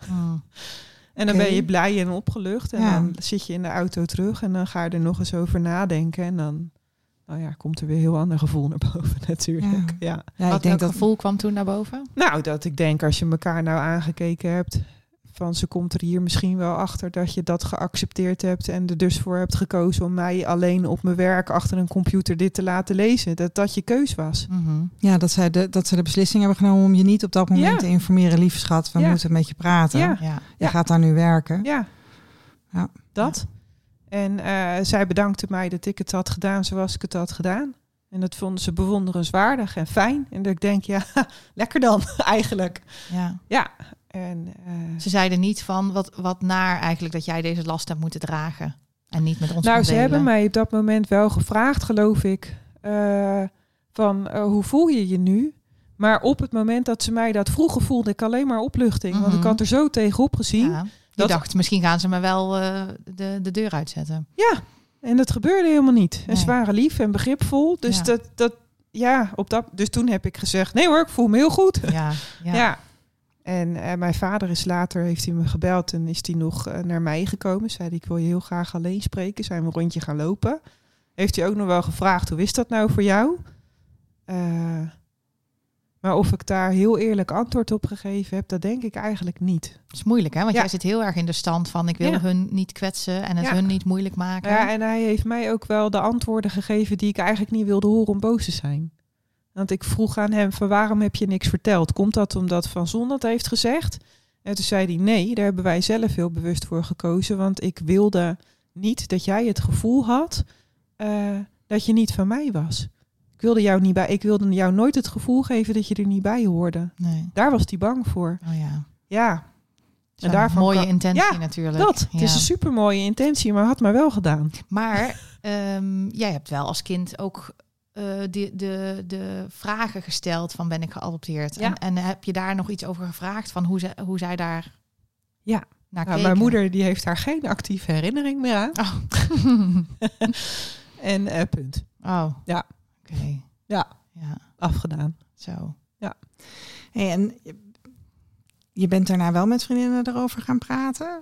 En dan ben je blij en opgelucht. En dan zit je in de auto terug. En dan ga je er nog eens over nadenken. En dan... komt er weer een heel ander gevoel naar boven natuurlijk. Ja. Wat denk dat gevoel kwam toen naar boven? Nou, dat ik denk als je elkaar nou aangekeken hebt... van ze komt er hier misschien wel achter dat je dat geaccepteerd hebt... en er dus voor hebt gekozen om mij alleen op mijn werk... achter een computer dit te laten lezen. Dat je keus was. Mm-hmm. Ja, dat ze de beslissing hebben genomen om je niet op dat moment te informeren... lieve schat, we moeten met je praten. Ja. Je gaat daar nu werken. Ja. Dat... En zij bedankte mij dat ik het had gedaan zoals ik het had gedaan. En dat vonden ze bewonderenswaardig en fijn. En dat ik denk, lekker dan eigenlijk. Ja. En, ze zeiden niet van wat naar eigenlijk dat jij deze last hebt moeten dragen. En niet met ons ze hebben mij op dat moment wel gevraagd, geloof ik. Hoe voel je je nu? Maar op het moment dat ze mij dat vroegen, voelde ik alleen maar opluchting. Mm-hmm. Want ik had er zo tegenop gezien... Ja. Je dacht, misschien gaan ze me wel de deur uitzetten. Ja, en dat gebeurde helemaal niet. En ze waren lief en begripvol. Dus dus toen heb ik gezegd, nee hoor, ik voel me heel goed. Ja. En mijn vader heeft hij me gebeld en is hij nog naar mij gekomen. Zei hij, ik wil je heel graag alleen spreken. Zijn we een rondje gaan lopen. Heeft hij ook nog wel gevraagd, hoe is dat nou voor jou? Maar of ik daar heel eerlijk antwoord op gegeven heb, dat denk ik eigenlijk niet. Dat is moeilijk, hè? Want jij zit heel erg in de stand van... ik wil hun niet kwetsen en het hun niet moeilijk maken. Ja, en hij heeft mij ook wel de antwoorden gegeven... die ik eigenlijk niet wilde horen om boos te zijn. Want ik vroeg aan hem van waarom heb je niks verteld? Komt dat omdat Van Zon dat heeft gezegd? En toen zei hij, nee, daar hebben wij zelf heel bewust voor gekozen. Want ik wilde niet dat jij het gevoel had dat je niet van mij was. Ik wilde jou nooit het gevoel geven dat je er niet bij hoorde. Nee. Daar was hij bang voor. Oh ja. Ja. En daarvan mooie intentie natuurlijk. Dat. Het is een supermooie intentie, maar had maar wel gedaan. Maar jij hebt wel als kind ook de vragen gesteld van ben ik geadopteerd? Ja. En heb je daar nog iets over gevraagd van hoe zij daar naar keken? Mijn moeder die heeft daar geen actieve herinnering meer aan. Oh. En punt. Oh. Ja. Oké. Ja. Afgedaan. Zo. Ja. Hey, en je bent daarna wel met vriendinnen erover gaan praten?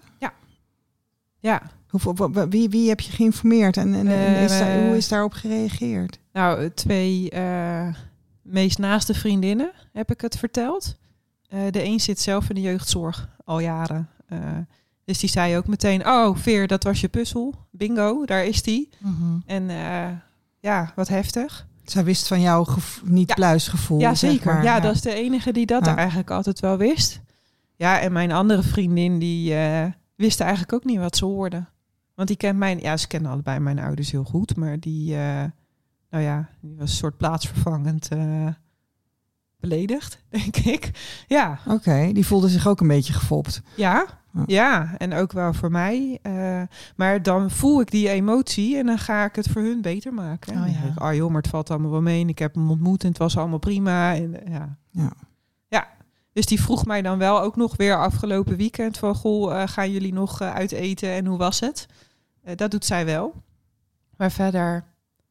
Ja. Wie heb je geïnformeerd en hoe is daarop gereageerd? Nou, 2 meest naaste vriendinnen heb ik het verteld. De een zit zelf in de jeugdzorg al jaren. Dus die zei ook meteen, oh Veer, dat was je puzzel. Bingo, daar is die. Mm-hmm. En wat heftig. Zij wist van jouw niet-pluisgevoel. Ja, zeker. Zeg maar. Ja, dat is de enige die dat eigenlijk altijd wel wist. Ja, en mijn andere vriendin, die wist eigenlijk ook niet wat ze hoorde. Want die kent ze kennen allebei mijn ouders heel goed. Maar die was een soort plaatsvervangend beledigd, denk ik. Ja. Oké, die voelde zich ook een beetje gefopt. Ja, en ook wel voor mij. Maar dan voel ik die emotie en dan ga ik het voor hun beter maken. Oh, denk ik, joh, maar het valt allemaal wel mee. En ik heb hem ontmoet en het was allemaal prima. En, ja. Dus die vroeg mij dan wel ook nog weer afgelopen weekend van, goh, gaan jullie nog uit eten en hoe was het? Dat doet zij wel. Maar verder,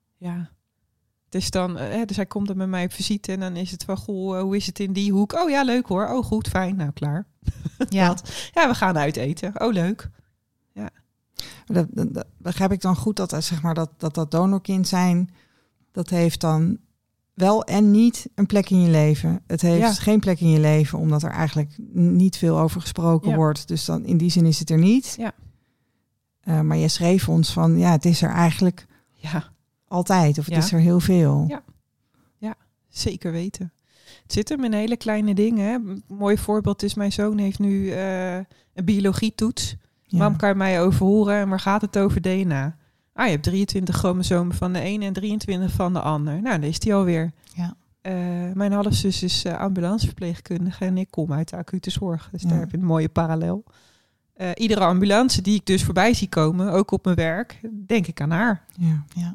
dus dan, dus hij komt dan met mij op visite en dan is het van, goh, hoe is het in die hoek? Oh ja, leuk hoor. Oh goed, fijn. Nou, klaar. Ja. We gaan uit eten. Oh, leuk. Ja. Dat begrijp ik dan goed dat zeg maar dat donorkind zijn, dat heeft dan wel en niet een plek in je leven. Het heeft geen plek in je leven, omdat er eigenlijk niet veel over gesproken wordt. Dus dan in die zin is het er niet. Ja. Maar je schreef ons van, het is er eigenlijk altijd. Of het is er heel veel. Ja, zeker weten. Het zit hem in hele kleine dingen. Hè. Een mooi voorbeeld is, mijn zoon heeft nu een biologietoets. Ja. Mam, kan je mij overhoren? En waar gaat het over DNA? Je hebt 23 chromosomen van de ene en 23 van de ander. Nou, daar is die alweer. Ja. Mijn halfzus is ambulanceverpleegkundige en ik kom uit de acute zorg. Dus daar heb je een mooie parallel. Iedere ambulance die ik dus voorbij zie komen, ook op mijn werk, denk ik aan haar. Ja.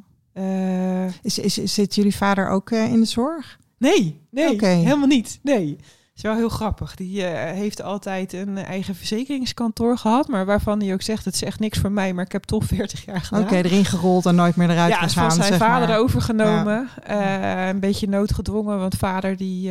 Zit jullie vader ook in de zorg? Nee, helemaal niet. Nee. Het is wel heel grappig. Die heeft altijd een eigen verzekeringskantoor gehad, maar waarvan hij ook zegt, het is echt niks voor mij, maar ik heb toch 40 jaar gedaan. Oké, erin gerold en nooit meer eruit gegaan. Ja, van zijn vader overgenomen. Ja. Een beetje noodgedwongen, want vader die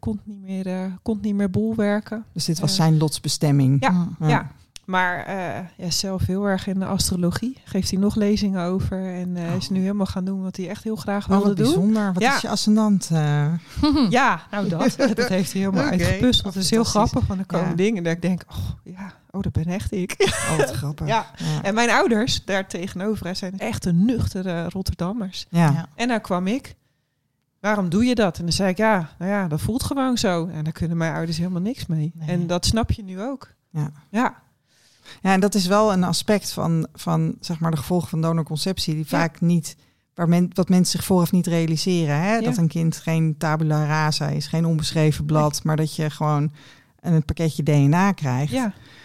kon niet meer bolwerken. Dus dit was zijn lotsbestemming. Ja. Maar zelf heel erg in de astrologie. Geeft hij nog lezingen over. En is nu helemaal gaan doen wat hij echt heel graag wilde doen. Bijzonder. Wat is je ascendant? Ja, nou dat heeft hij helemaal uitgepuzzeld. Het is heel grappig. Want er komen dingen dat ik denk, dat ben echt ik. Oh, wat grappig. Ja. En mijn ouders daar tegenover zijn echt een nuchtere Rotterdammers. Ja. En daar kwam ik. Waarom doe je dat? En dan zei ik, dat voelt gewoon zo. En daar kunnen mijn ouders helemaal niks mee. Nee. En dat snap je nu ook. Ja. Ja, en dat is wel een aspect van zeg maar de gevolgen van donorconceptie die vaak niet, wat mensen zich vooraf niet realiseren. Hè? Dat een kind geen tabula rasa is, geen onbeschreven blad, maar dat je gewoon een pakketje DNA krijgt.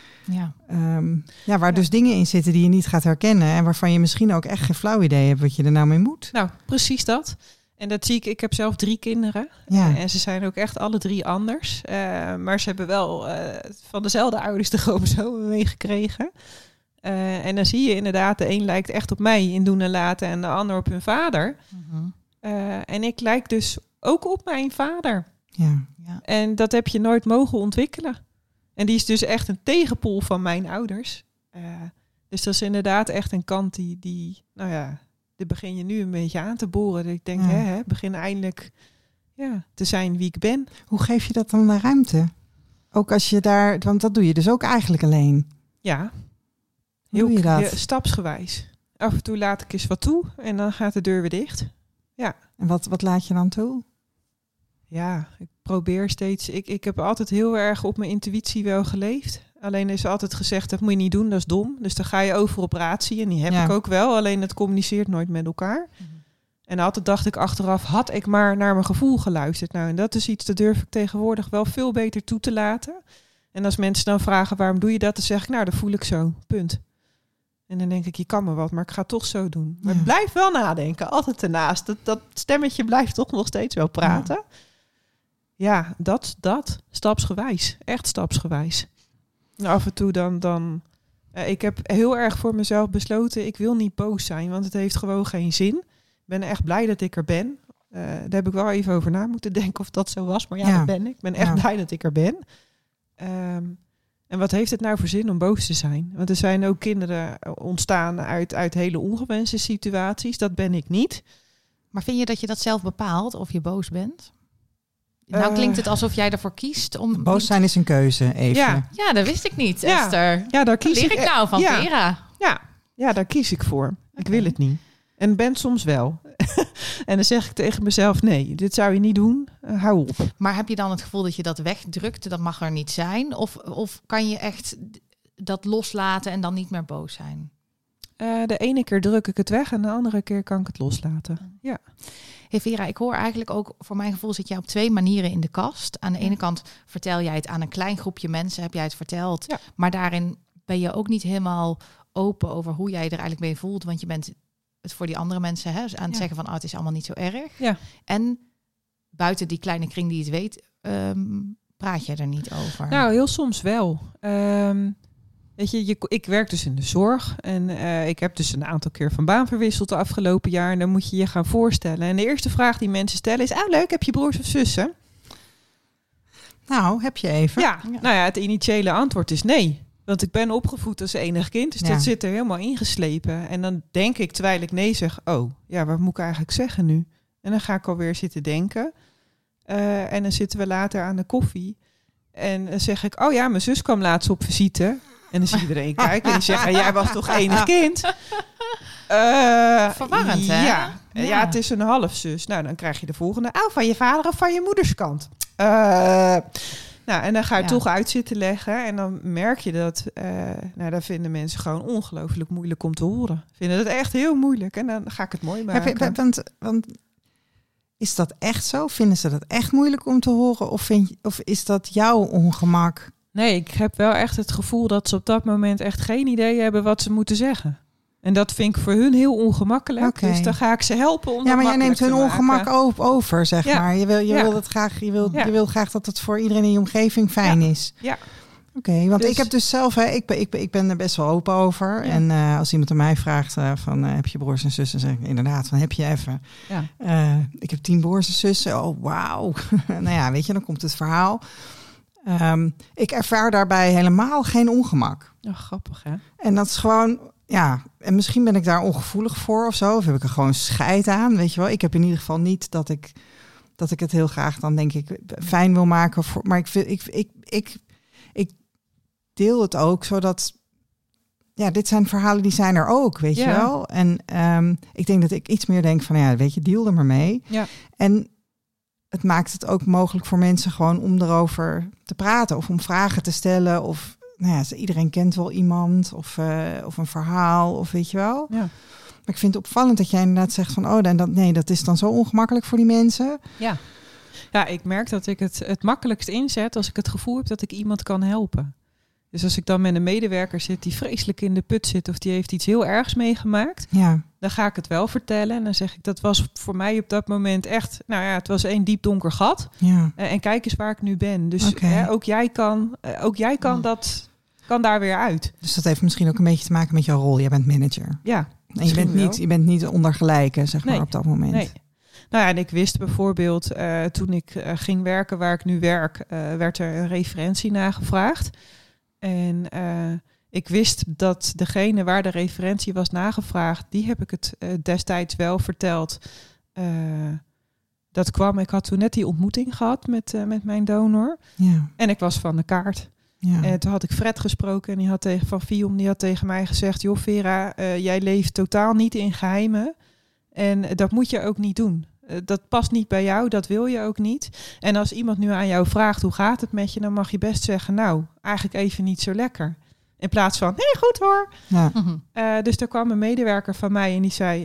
Waar dus dingen in zitten die je niet gaat herkennen en waarvan je misschien ook echt geen flauw idee hebt wat je er nou mee moet. Nou, precies dat. En dat zie ik. Ik heb zelf 3 kinderen. En ze zijn ook echt alle 3 anders. Maar ze hebben wel van dezelfde ouders de chromosomen meegekregen. En dan zie je inderdaad, de een lijkt echt op mij in doen en laten en de ander op hun vader. Mm-hmm. En ik lijk dus ook op mijn vader. Ja. En dat heb je nooit mogen ontwikkelen. En die is dus echt een tegenpool van mijn ouders. Dus dat is inderdaad echt een kant die dit begin je nu een beetje aan te boren. Dat ik denk, begin eindelijk te zijn wie ik ben. Hoe geef je dat dan de ruimte? Ook als je daar, want dat doe je dus ook eigenlijk alleen. Ja. Hoe doe je dat? Stapsgewijs. Af en toe laat ik eens wat toe en dan gaat de deur weer dicht. Ja. En wat laat je dan toe? Ja, ik probeer steeds... Ik heb altijd heel erg op mijn intuïtie wel geleefd. Alleen is altijd gezegd, dat moet je niet doen, dat is dom. Dus dan ga je over op ratie. En die heb ik ook wel, alleen het communiceert nooit met elkaar. Mm-hmm. En altijd dacht ik achteraf, had ik maar naar mijn gevoel geluisterd. Nou, en dat is iets, dat durf ik tegenwoordig wel veel beter toe te laten. En als mensen dan vragen, waarom doe je dat? Dan zeg ik, nou, dat voel ik zo, punt. En dan denk ik, je kan me wat, maar ik ga het toch zo doen. Maar blijf wel nadenken, altijd ernaast. Dat stemmetje blijft toch nog steeds wel praten. Ja, dat stapsgewijs. Echt stapsgewijs. Nou, af en toe dan ik heb heel erg voor mezelf besloten, ik wil niet boos zijn, want het heeft gewoon geen zin. Ik ben echt blij dat ik er ben. Daar heb ik wel even over na moeten denken of dat zo was. Maar dat ben ik. Ik ben echt blij dat ik er ben. En wat heeft het nou voor zin om boos te zijn? Want er zijn ook kinderen ontstaan uit hele ongewenste situaties. Dat ben ik niet. Maar vind je dat je dat zelf bepaalt of je boos bent? Nou klinkt het alsof jij ervoor kiest om... Boos zijn is een keuze, even. Ja, dat wist ik niet, Esther. Ja, daar kies leer ik nou van Vera. Ja, daar kies ik voor. Ik wil het niet. En ben soms wel. En dan zeg ik tegen mezelf, nee, dit zou je niet doen. Hou op. Maar heb je dan het gevoel dat je dat wegdrukt? Dat mag er niet zijn? Of kan je echt dat loslaten en dan niet meer boos zijn? De ene keer druk ik het weg en de andere keer kan ik het loslaten. Ja. Hey Vera, ik hoor eigenlijk ook, voor mijn gevoel zit jij op 2 manieren in de kast. Aan de ene kant vertel jij het aan een klein groepje mensen, heb jij het verteld. Ja. Maar daarin ben je ook niet helemaal open over hoe jij er eigenlijk mee voelt. Want je bent het voor die andere mensen aan het zeggen van, het is allemaal niet zo erg. Ja. En buiten die kleine kring die het weet, praat je er niet over. Nou, heel soms wel. Weet je, ik werk dus in de zorg en ik heb dus een aantal keer van baan verwisseld de afgelopen jaar. En dan moet je je gaan voorstellen. En de eerste vraag die mensen stellen is, leuk, heb je broers of zussen? Nou, heb je even. Ja. Nou ja, het initiële antwoord is nee. Want ik ben opgevoed als enig kind, dus dat zit er helemaal ingeslepen. En dan denk ik, terwijl ik nee zeg, wat moet ik eigenlijk zeggen nu? En dan ga ik alweer zitten denken. En dan zitten we later aan de koffie. En dan zeg ik, mijn zus kwam laatst op visite. En dan zie iedereen kijken en die zeggen, jij was toch enig kind? Verwarrend, hè? Ja, het is een halfzus. Nou, dan krijg je de volgende. Van je vader of van je moeders kant? Nou, en dan ga je toch uit zitten leggen. En dan merk je dat... dat vinden mensen gewoon ongelooflijk moeilijk om te horen. Vinden het echt heel moeilijk. En dan ga ik het mooi maken. Want is dat echt zo? Vinden ze dat echt moeilijk om te horen? Of is dat jouw ongemak? Nee, ik heb wel echt het gevoel dat ze op dat moment echt geen idee hebben wat ze moeten zeggen. En dat vind ik voor hun heel ongemakkelijk. Okay. Dus dan ga ik ze helpen om maar jij neemt hun ongemak over, zeg maar. Je wil het graag, je wil graag dat het voor iedereen in je omgeving fijn is. Ja. Oké, want ik heb dus zelf, ik ben er best wel open over. Ja. En als iemand aan mij vraagt heb je broers en zussen, zeg ik inderdaad, van heb je even. Ja. Ik heb 10 broers en zussen. Oh, wauw. Nou ja, weet je, dan komt het verhaal. Ik ervaar daarbij helemaal geen ongemak. Grappig, hè? En dat is gewoon, en misschien ben ik daar ongevoelig voor of zo. Of heb ik er gewoon scheid aan, weet je wel. Ik heb in ieder geval niet dat ik het heel graag dan denk ik fijn wil maken. Maar ik deel het ook, zodat... Ja, dit zijn verhalen die zijn er ook, weet je wel. En ik denk dat ik iets meer denk van, weet je, deal er maar mee. Ja. En het maakt het ook mogelijk voor mensen gewoon om erover te praten. Of om vragen te stellen. Of iedereen kent wel iemand. Of een verhaal. Of weet je wel. Ja. Maar ik vind het opvallend dat jij inderdaad zegt van... dat is dan zo ongemakkelijk voor die mensen. Ja, ik merk dat ik het makkelijkst inzet als ik het gevoel heb dat ik iemand kan helpen. Dus als ik dan met een medewerker zit die vreselijk in de put zit... of die heeft iets heel ergs meegemaakt... dan ga ik het wel vertellen. En dan zeg ik, dat was voor mij op dat moment echt... het was 1 diep donker gat. Ja. En kijk eens waar ik nu ben. Dus ook jij kan kan daar weer uit. Dus dat heeft misschien ook een beetje te maken met jouw rol. Jij bent manager. Ja. En je bent niet onder gelijken, zeg maar, op dat moment. Nee. Nou ja, en ik wist bijvoorbeeld, toen ik ging werken waar ik nu werk... werd er een referentie nagevraagd. En ik wist dat degene waar de referentie was nagevraagd... die heb ik het destijds wel verteld. Dat kwam, ik had toen net die ontmoeting gehad met mijn donor. Ja. En ik was van de kaart. Ja. En toen had ik Fred gesproken en die had van Fium, die had tegen mij gezegd... joh Vera, jij leeft totaal niet in geheimen. En dat moet je ook niet doen. Dat past niet bij jou, dat wil je ook niet. En als iemand nu aan jou vraagt, hoe gaat het met je? Dan mag je best zeggen, nou, eigenlijk even niet zo lekker. In plaats van, nee, goed hoor. Ja. Dus er kwam een medewerker van mij en die zei,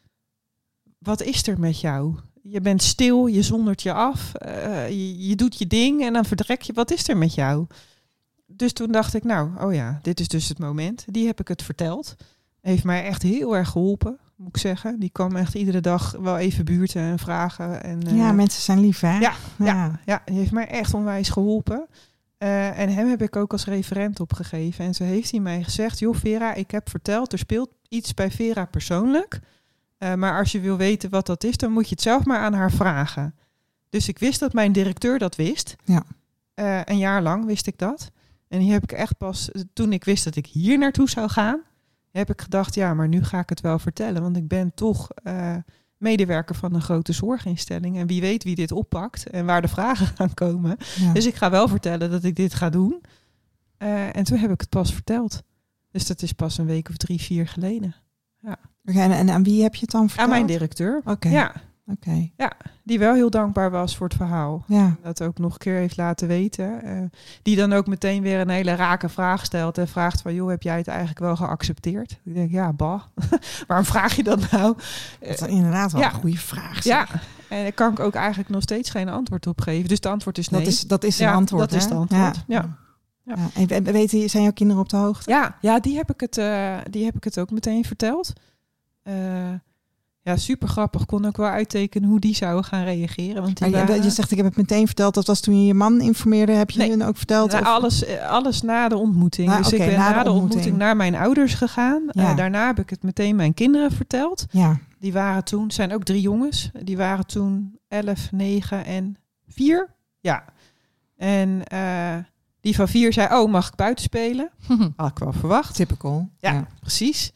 wat is er met jou? Je bent stil, je zondert je af, je doet je ding en dan verdrek je. Wat is er met jou? Dus toen dacht ik, dit is dus het moment. Die heb ik het verteld. Heeft mij echt heel erg geholpen, moet ik zeggen. Die kwam echt iedere dag wel even buurten en vragen. En, mensen zijn lief, hè? Ja, die heeft mij echt onwijs geholpen. En hem heb ik ook als referent opgegeven. En zo heeft hij mij gezegd, joh Vera, ik heb verteld, er speelt iets bij Vera persoonlijk. Maar als je wil weten wat dat is, dan moet je het zelf maar aan haar vragen. Dus ik wist dat mijn directeur dat wist. Ja. Een jaar lang wist ik dat. En die heb ik echt pas, toen ik wist dat ik hier naartoe zou gaan, heb ik gedacht, maar nu ga ik het wel vertellen. Want ik ben toch medewerker van een grote zorginstelling. En wie weet wie dit oppakt en waar de vragen gaan komen. Ja. Dus ik ga wel vertellen dat ik dit ga doen. En toen heb ik het pas verteld. Dus dat is pas een week of 3-4 geleden. Ja. Okay, en aan wie heb je het dan verteld? Aan mijn directeur. Okay. Ja. Ja, die wel heel dankbaar was voor het verhaal. Ja. Dat ook nog een keer heeft laten weten. Die dan ook meteen weer een hele rake vraag stelt. En vraagt van, joh, heb jij het eigenlijk wel geaccepteerd? Ik denk, waarom vraag je dat nou? Dat is inderdaad wel een goede vraag. Ja, en daar kan ik ook eigenlijk nog steeds geen antwoord op geven. Dus het antwoord is nee. Dat is een antwoord, dat is het antwoord, Ja. En zijn jouw kinderen op de hoogte? Ja, die heb ik het ook meteen verteld. Ja, super grappig. Kon ook wel uittekenen hoe die zouden gaan reageren. Want je zegt, ik heb het meteen verteld. Dat was toen je je man informeerde. Heb je hun ook verteld? Alles na de ontmoeting. Dus ik ben na de ontmoeting naar mijn ouders gegaan. Ja. Daarna heb ik het meteen mijn kinderen verteld. Ja. Die waren toen, zijn ook 3 jongens. Die waren toen 11, 9 en 4. Ja. En die van 4 zei, mag ik buiten spelen? Had ik wel verwacht. Typical. Ja. Precies.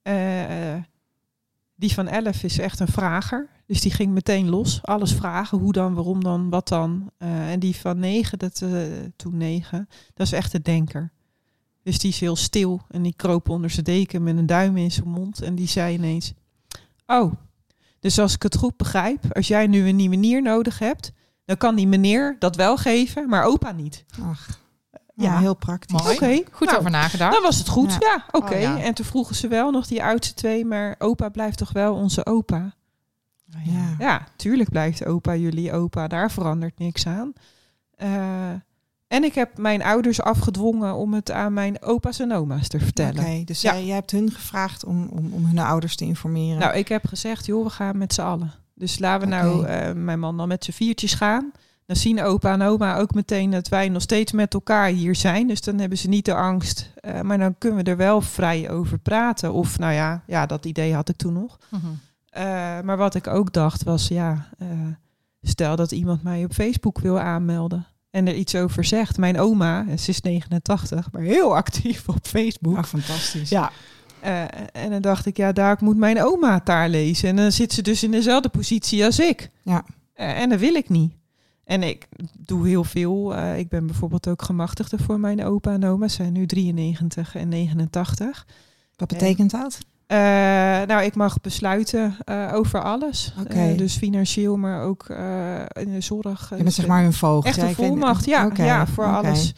Die van 11 is echt een vrager. Dus die ging meteen los. Alles vragen. Hoe dan, waarom dan, wat dan. En die van 9, toen 9, dat is echt een denker. Dus die is heel stil. En die kroop onder zijn deken met een duim in zijn mond. En die zei ineens, dus als ik het goed begrijp, als jij nu een nieuwe nier nodig hebt, dan kan die meneer dat wel geven, maar opa niet. Ach. Ja, heel praktisch. Oké, goed over nagedacht. Dan was het goed. Ja, oké. En toen vroegen ze wel nog die oudste 2, maar opa blijft toch wel onze opa? Ja, tuurlijk blijft opa jullie opa. Daar verandert niks aan. En ik heb mijn ouders afgedwongen om het aan mijn opa's en oma's te vertellen. Oké, dus jij hebt hun gevraagd om hun ouders te informeren? Nou, ik heb gezegd, joh, we gaan met z'n allen. Dus laten we mijn man dan met z'n 4'tjes gaan. Dan zien opa en oma ook meteen dat wij nog steeds met elkaar hier zijn. Dus dan hebben ze niet de angst. Maar dan kunnen we er wel vrij over praten. Of dat idee had ik toen nog. Mm-hmm. Maar wat ik ook dacht was, stel dat iemand mij op Facebook wil aanmelden. En er iets over zegt. Mijn oma, ze is 89, maar heel actief op Facebook. Ach, fantastisch. Ja. En dan dacht ik, daar moet mijn oma het daar lezen. En dan zit ze dus in dezelfde positie als ik. Ja. En dat wil ik niet. En ik doe heel veel. Ik ben bijvoorbeeld ook gemachtigde voor mijn opa en oma. Ze zijn nu 93 en 89. Wat betekent dat? Ik mag besluiten over alles. Okay. Dus financieel, maar ook in de zorg. Je bent zeg maar hun voogd. Echt een volmacht, voor alles.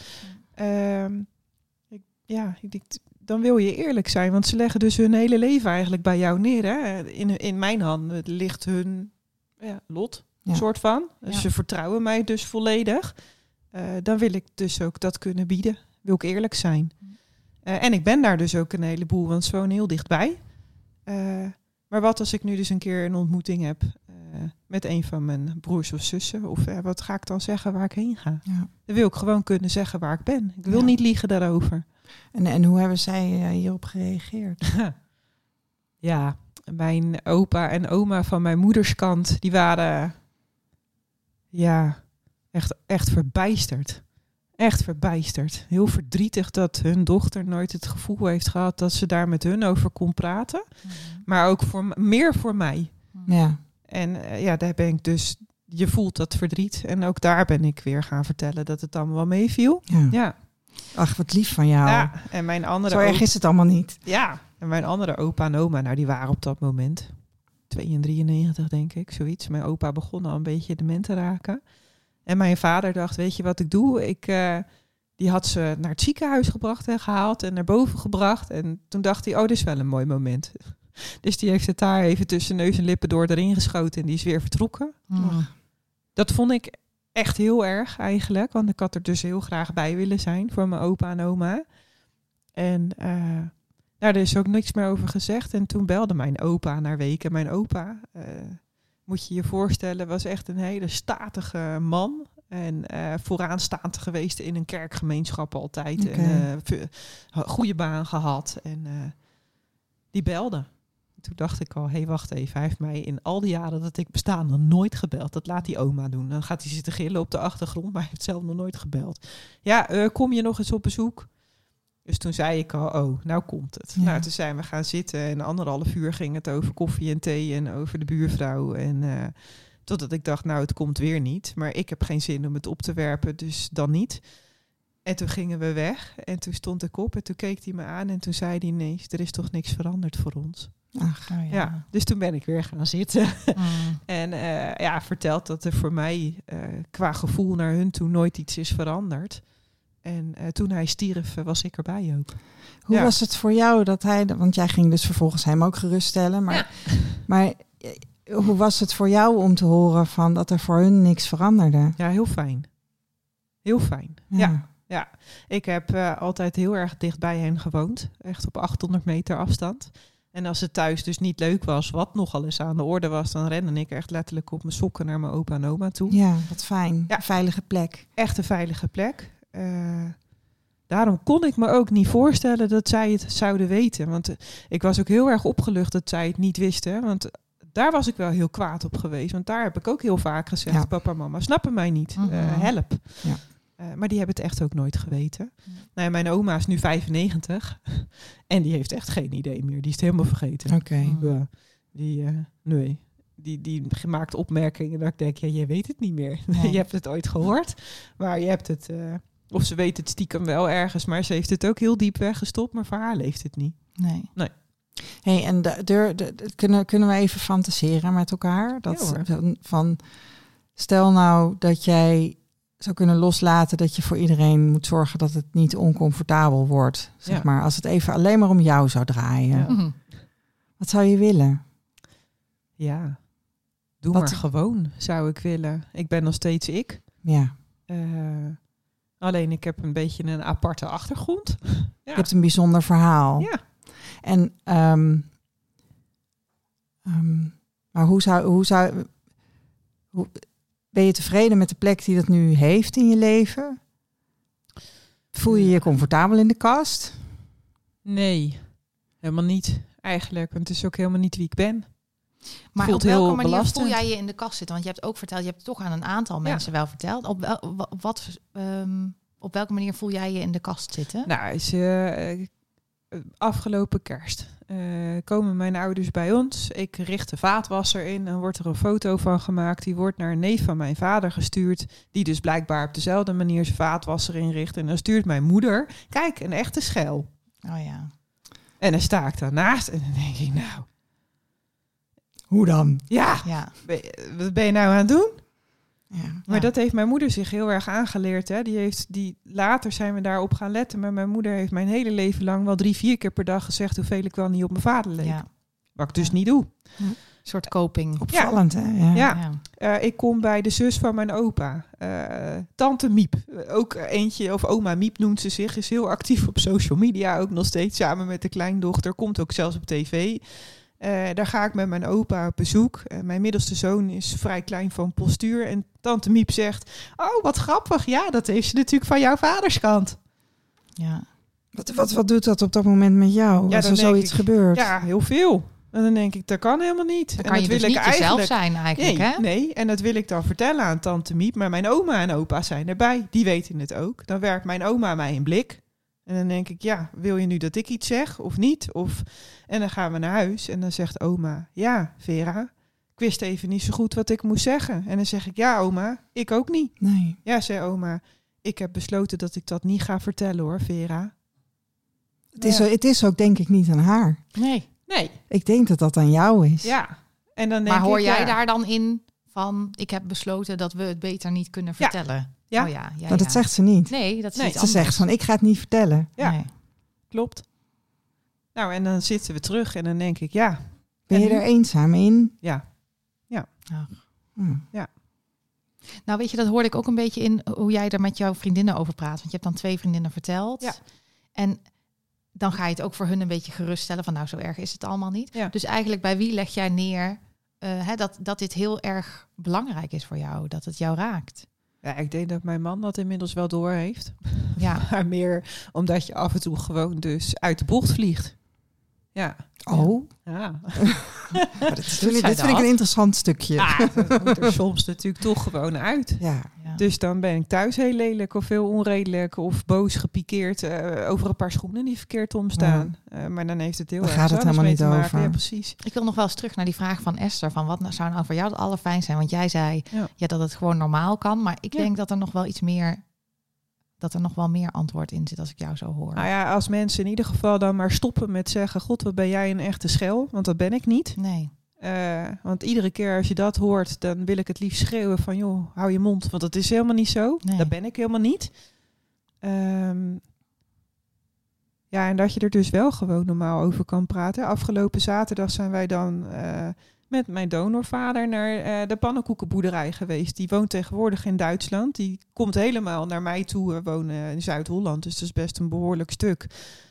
Dan wil je eerlijk zijn. Want ze leggen dus hun hele leven eigenlijk bij jou neer. Hè? In mijn handen ligt hun lot. Soort van. Dus ze vertrouwen mij dus volledig. Dan wil ik dus ook dat kunnen bieden. Wil ik eerlijk zijn. En ik ben daar dus ook een heleboel, want ze wonen heel dichtbij. Maar wat als ik nu dus een keer een ontmoeting heb met een van mijn broers of zussen? Of wat ga ik dan zeggen waar ik heen ga? Ja. Dan wil ik gewoon kunnen zeggen waar ik ben. Ik wil niet liegen daarover. En hoe hebben zij hierop gereageerd? Ja, mijn opa en oma van mijn moederskant, die waren echt verbijsterd. Echt verbijsterd. Heel verdrietig dat hun dochter nooit het gevoel heeft gehad dat ze daar met hun over kon praten. Mm-hmm. Maar ook meer voor mij. Ja. En daar ben ik dus, je voelt dat verdriet. En ook daar ben ik weer gaan vertellen dat het allemaal wel meeviel. Ja. Ach, wat lief van jou. Ja, en mijn andere Zo erg is het allemaal niet. Ja, en mijn andere opa en oma, die waren op dat moment 93, denk ik, zoiets. Mijn opa begon al een beetje dement te raken. En mijn vader dacht, weet je wat ik doe? Die had ze naar het ziekenhuis gebracht en gehaald en naar boven gebracht. En toen dacht hij, dit is wel een mooi moment. Dus die heeft het daar even tussen neus en lippen door erin geschoten en die is weer vertrokken. Dat vond ik echt heel erg eigenlijk, want ik had er dus heel graag bij willen zijn voor mijn opa en oma. En daar is ook niks meer over gezegd. En toen belde mijn opa naar weken. Mijn opa, moet je je voorstellen, was echt een hele statige man. En vooraanstaand geweest in een kerkgemeenschap altijd. Okay. En goede baan gehad. En die belde. Toen dacht ik al, wacht even. Hij heeft mij in al die jaren dat ik besta nog nooit gebeld. Dat laat die oma doen. Dan gaat hij zitten gillen op de achtergrond, maar hij heeft zelf nog nooit gebeld. Ja, kom je nog eens op bezoek? Dus toen zei ik al, nou komt het. Ja. Nou, toen zijn we gaan zitten en 1,5 uur ging het over koffie en thee en over de buurvrouw. En totdat ik dacht, nou, het komt weer niet. Maar ik heb geen zin om het op te werpen, dus dan niet. En toen gingen we weg en toen stond ik op en toen keek hij me aan en toen zei hij, nee, er is toch niks veranderd voor ons. Ach, ja. Dus toen ben ik weer gaan zitten. En verteld dat er voor mij qua gevoel naar hun toen nooit iets is veranderd. En toen hij stierf, was ik erbij ook. Hoe was het voor jou dat hij... Want jij ging dus vervolgens hem ook geruststellen. Maar hoe was het voor jou om te horen van dat er voor hun niks veranderde? Ja, heel fijn. Heel fijn, ja. Ik heb altijd heel erg dicht bij hen gewoond. Echt op 800 meter afstand. En als het thuis dus niet leuk was, wat nogal eens aan de orde was, dan rende ik echt letterlijk op mijn sokken naar mijn opa en oma toe. Ja, wat fijn. Ja. Een veilige plek. Echt een veilige plek. Daarom kon ik me ook niet voorstellen dat zij het zouden weten. Want ik was ook heel erg opgelucht dat zij het niet wisten. Want daar was ik wel heel kwaad op geweest. Want daar heb ik ook heel vaak gezegd, papa en mama snappen mij niet. Help. Ja. Maar die hebben het echt ook nooit geweten. Nou, mijn oma is nu 95 en die heeft echt geen idee meer. Die is het helemaal vergeten. Oké. Die maakt opmerkingen dat ik denk, jij weet het niet meer. Nee. Je hebt het ooit gehoord, maar je hebt het... of ze weet het stiekem wel ergens, maar ze heeft het ook heel diep weggestopt, maar voor haar leeft het niet. Nee. Hey, en kunnen we even fantaseren met elkaar? Stel nou dat jij zou kunnen loslaten dat je voor iedereen moet zorgen dat het niet oncomfortabel wordt. Zeg maar, als het even alleen maar om jou zou draaien. Ja. Wat zou je willen? Ja, doe maar gewoon, zou ik willen. Ik ben nog steeds ik. Ja. Alleen ik heb een beetje een aparte achtergrond. Ja. Je hebt een bijzonder verhaal. Ja. En maar hoe ben je tevreden met de plek die dat nu heeft in je leven? Voel je je comfortabel in de kast? Nee, helemaal niet eigenlijk. Want het is ook helemaal niet wie ik ben. Maar op welke manier voel jij je in de kast zitten? Want je hebt ook verteld, je hebt het toch aan een aantal mensen wel verteld. Op welke manier voel jij je in de kast zitten? Nou, is afgelopen kerst komen mijn ouders bij ons. Ik richt de vaatwasser in. Dan wordt er een foto van gemaakt. Die wordt naar een neef van mijn vader gestuurd. Die dus blijkbaar op dezelfde manier zijn vaatwasser inricht. En dan stuurt mijn moeder, kijk, een echte schel. Oh ja. En dan sta ik daarnaast en dan denk ik, nou... Hoe dan? Ja. Wat ben je nou aan het doen? Ja. Maar dat heeft mijn moeder zich heel erg aangeleerd. Hè. Later zijn we daarop gaan letten. Maar mijn moeder heeft mijn hele leven lang wel 3-4 keer per dag gezegd hoeveel ik wel niet op mijn vader leek. Ja. Wat ik dus niet doe. Een soort coping. Opvallend, hè? Ja. Ik kom bij de zus van mijn opa. Tante Miep. Ook eentje, of oma Miep noemt ze zich. Is heel actief op social media. Ook nog steeds samen met de kleindochter. Komt ook zelfs op tv. Daar ga ik met mijn opa op bezoek. Mijn middelste zoon is vrij klein van postuur. En tante Miep zegt... Oh, wat grappig. Ja, dat heeft ze natuurlijk van jouw vaderskant. Ja. Wat doet dat op dat moment met jou? Als er zoiets gebeurt? Ja, heel veel. En dan denk ik, dat kan helemaal niet. Dan kan je dus niet jezelf zijn eigenlijk, hè? Nee, en dat wil ik dan vertellen aan tante Miep. Maar mijn oma en opa zijn erbij. Die weten het ook. Dan werpt mijn oma mij een blik... En dan denk ik, wil je nu dat ik iets zeg of niet? En dan gaan we naar huis en dan zegt oma... Ja, Vera, ik wist even niet zo goed wat ik moest zeggen. En dan zeg ik, ja oma, ik ook niet. Nee. Ja, zei oma, ik heb besloten dat ik dat niet ga vertellen hoor, Vera. Het is ook denk ik niet aan haar. Nee. Ik denk dat dat aan jou is. Ja, En dan maar hoor jij daar dan in van, ik heb besloten dat we het beter niet kunnen vertellen? Ja. Oh, ja. Maar dat zegt ze niet. Nee, dat is Ze zegt van, ik ga het niet vertellen. Ja, nee. Klopt. Nou, en dan zitten we terug en dan denk ik, Ben je er eenzaam in? Ja. Ja. Nou, weet je, dat hoorde ik ook een beetje in hoe jij er met jouw vriendinnen over praat. Want je hebt dan 2 vriendinnen verteld. Ja. En dan ga je het ook voor hun een beetje geruststellen van, nou, zo erg is het allemaal niet. Ja. Dus eigenlijk, bij wie leg jij neer dat dit heel erg belangrijk is voor jou, dat het jou raakt? Ja, ik denk dat mijn man dat inmiddels wel door heeft. Ja. Maar meer omdat je af en toe gewoon dus uit de bocht vliegt. Ja. Oh. Ja. Dit vind ik een interessant stukje. Dat moet er soms natuurlijk toch gewoon uit. Ja. Dus dan ben ik thuis heel lelijk of heel onredelijk of boos gepikeerd over een paar schoenen die verkeerd omstaan. Maar dan heeft het heel erg gaat het helemaal niet over. Ja, precies. Ik wil nog wel eens terug naar die vraag van Esther, van wat zou nou voor jou het allerfijn zijn? Want jij zei dat het gewoon normaal kan, maar ik denk dat er nog wel iets meer, dat er nog wel meer antwoord in zit als ik jou zo hoor. Nou ja, als mensen in ieder geval dan maar stoppen met zeggen, god, wat ben jij een echte schel? Want dat ben ik niet. Nee. Want iedere keer als je dat hoort, dan wil ik het liefst schreeuwen van, joh, hou je mond. Want dat is helemaal niet zo. Nee. Dat ben ik helemaal niet. En dat je er dus wel gewoon normaal over kan praten. Afgelopen zaterdag zijn wij dan met mijn donorvader naar de pannenkoekenboerderij geweest. Die woont tegenwoordig in Duitsland. Die komt helemaal naar mij toe. We wonen in Zuid-Holland, dus dat is best een behoorlijk stuk.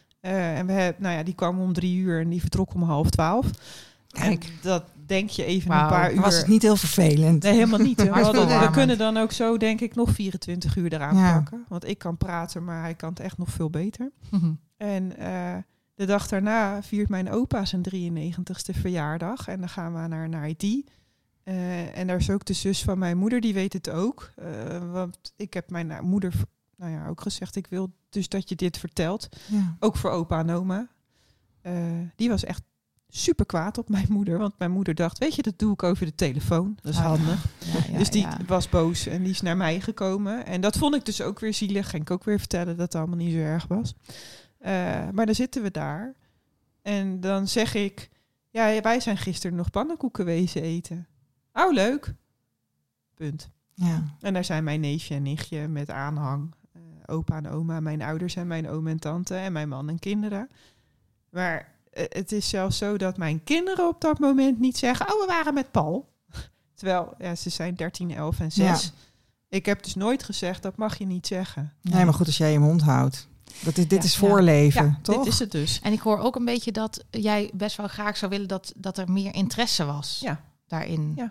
En die kwam om 3:00 en die vertrok om 11:30. Kijk, en dat denk je even een paar uur. Was het niet heel vervelend? Nee, helemaal niet. We kunnen dan ook zo, denk ik, nog 24 uur eraan pakken. Want ik kan praten, maar hij kan het echt nog veel beter. Mm-hmm. En de dag daarna viert mijn opa zijn 93ste verjaardag. En dan gaan we naar Haiti. En daar is ook de zus van mijn moeder, die weet het ook. Want ik heb mijn moeder ook gezegd, ik wil dus dat je dit vertelt. Ja. Ook voor opa en oma. Die was echt super kwaad op mijn moeder. Want mijn moeder dacht, weet je, dat doe ik over de telefoon. Dat is handig. Ja, dus die was boos en die is naar mij gekomen. En dat vond ik dus ook weer zielig. Ging ik ook weer vertellen dat het allemaal niet zo erg was. Maar dan zitten we daar. En dan zeg ik, ja, wij zijn gisteren nog pannenkoeken wezen eten. Oh, leuk. Punt. Ja. En daar zijn mijn neefje en nichtje met aanhang. Opa en oma, mijn ouders en mijn oom en tante en mijn man en kinderen. Maar het is zelfs zo dat mijn kinderen op dat moment niet zeggen, oh, we waren met Paul. Terwijl ze zijn 13, 11 en 6. Ja. Ik heb dus nooit gezegd, dat mag je niet zeggen. Nee, maar goed, als jij je mond houdt. Dit is voorleven, toch? Dit is het dus. En ik hoor ook een beetje dat jij best wel graag zou willen dat er meer interesse was daarin. Ja.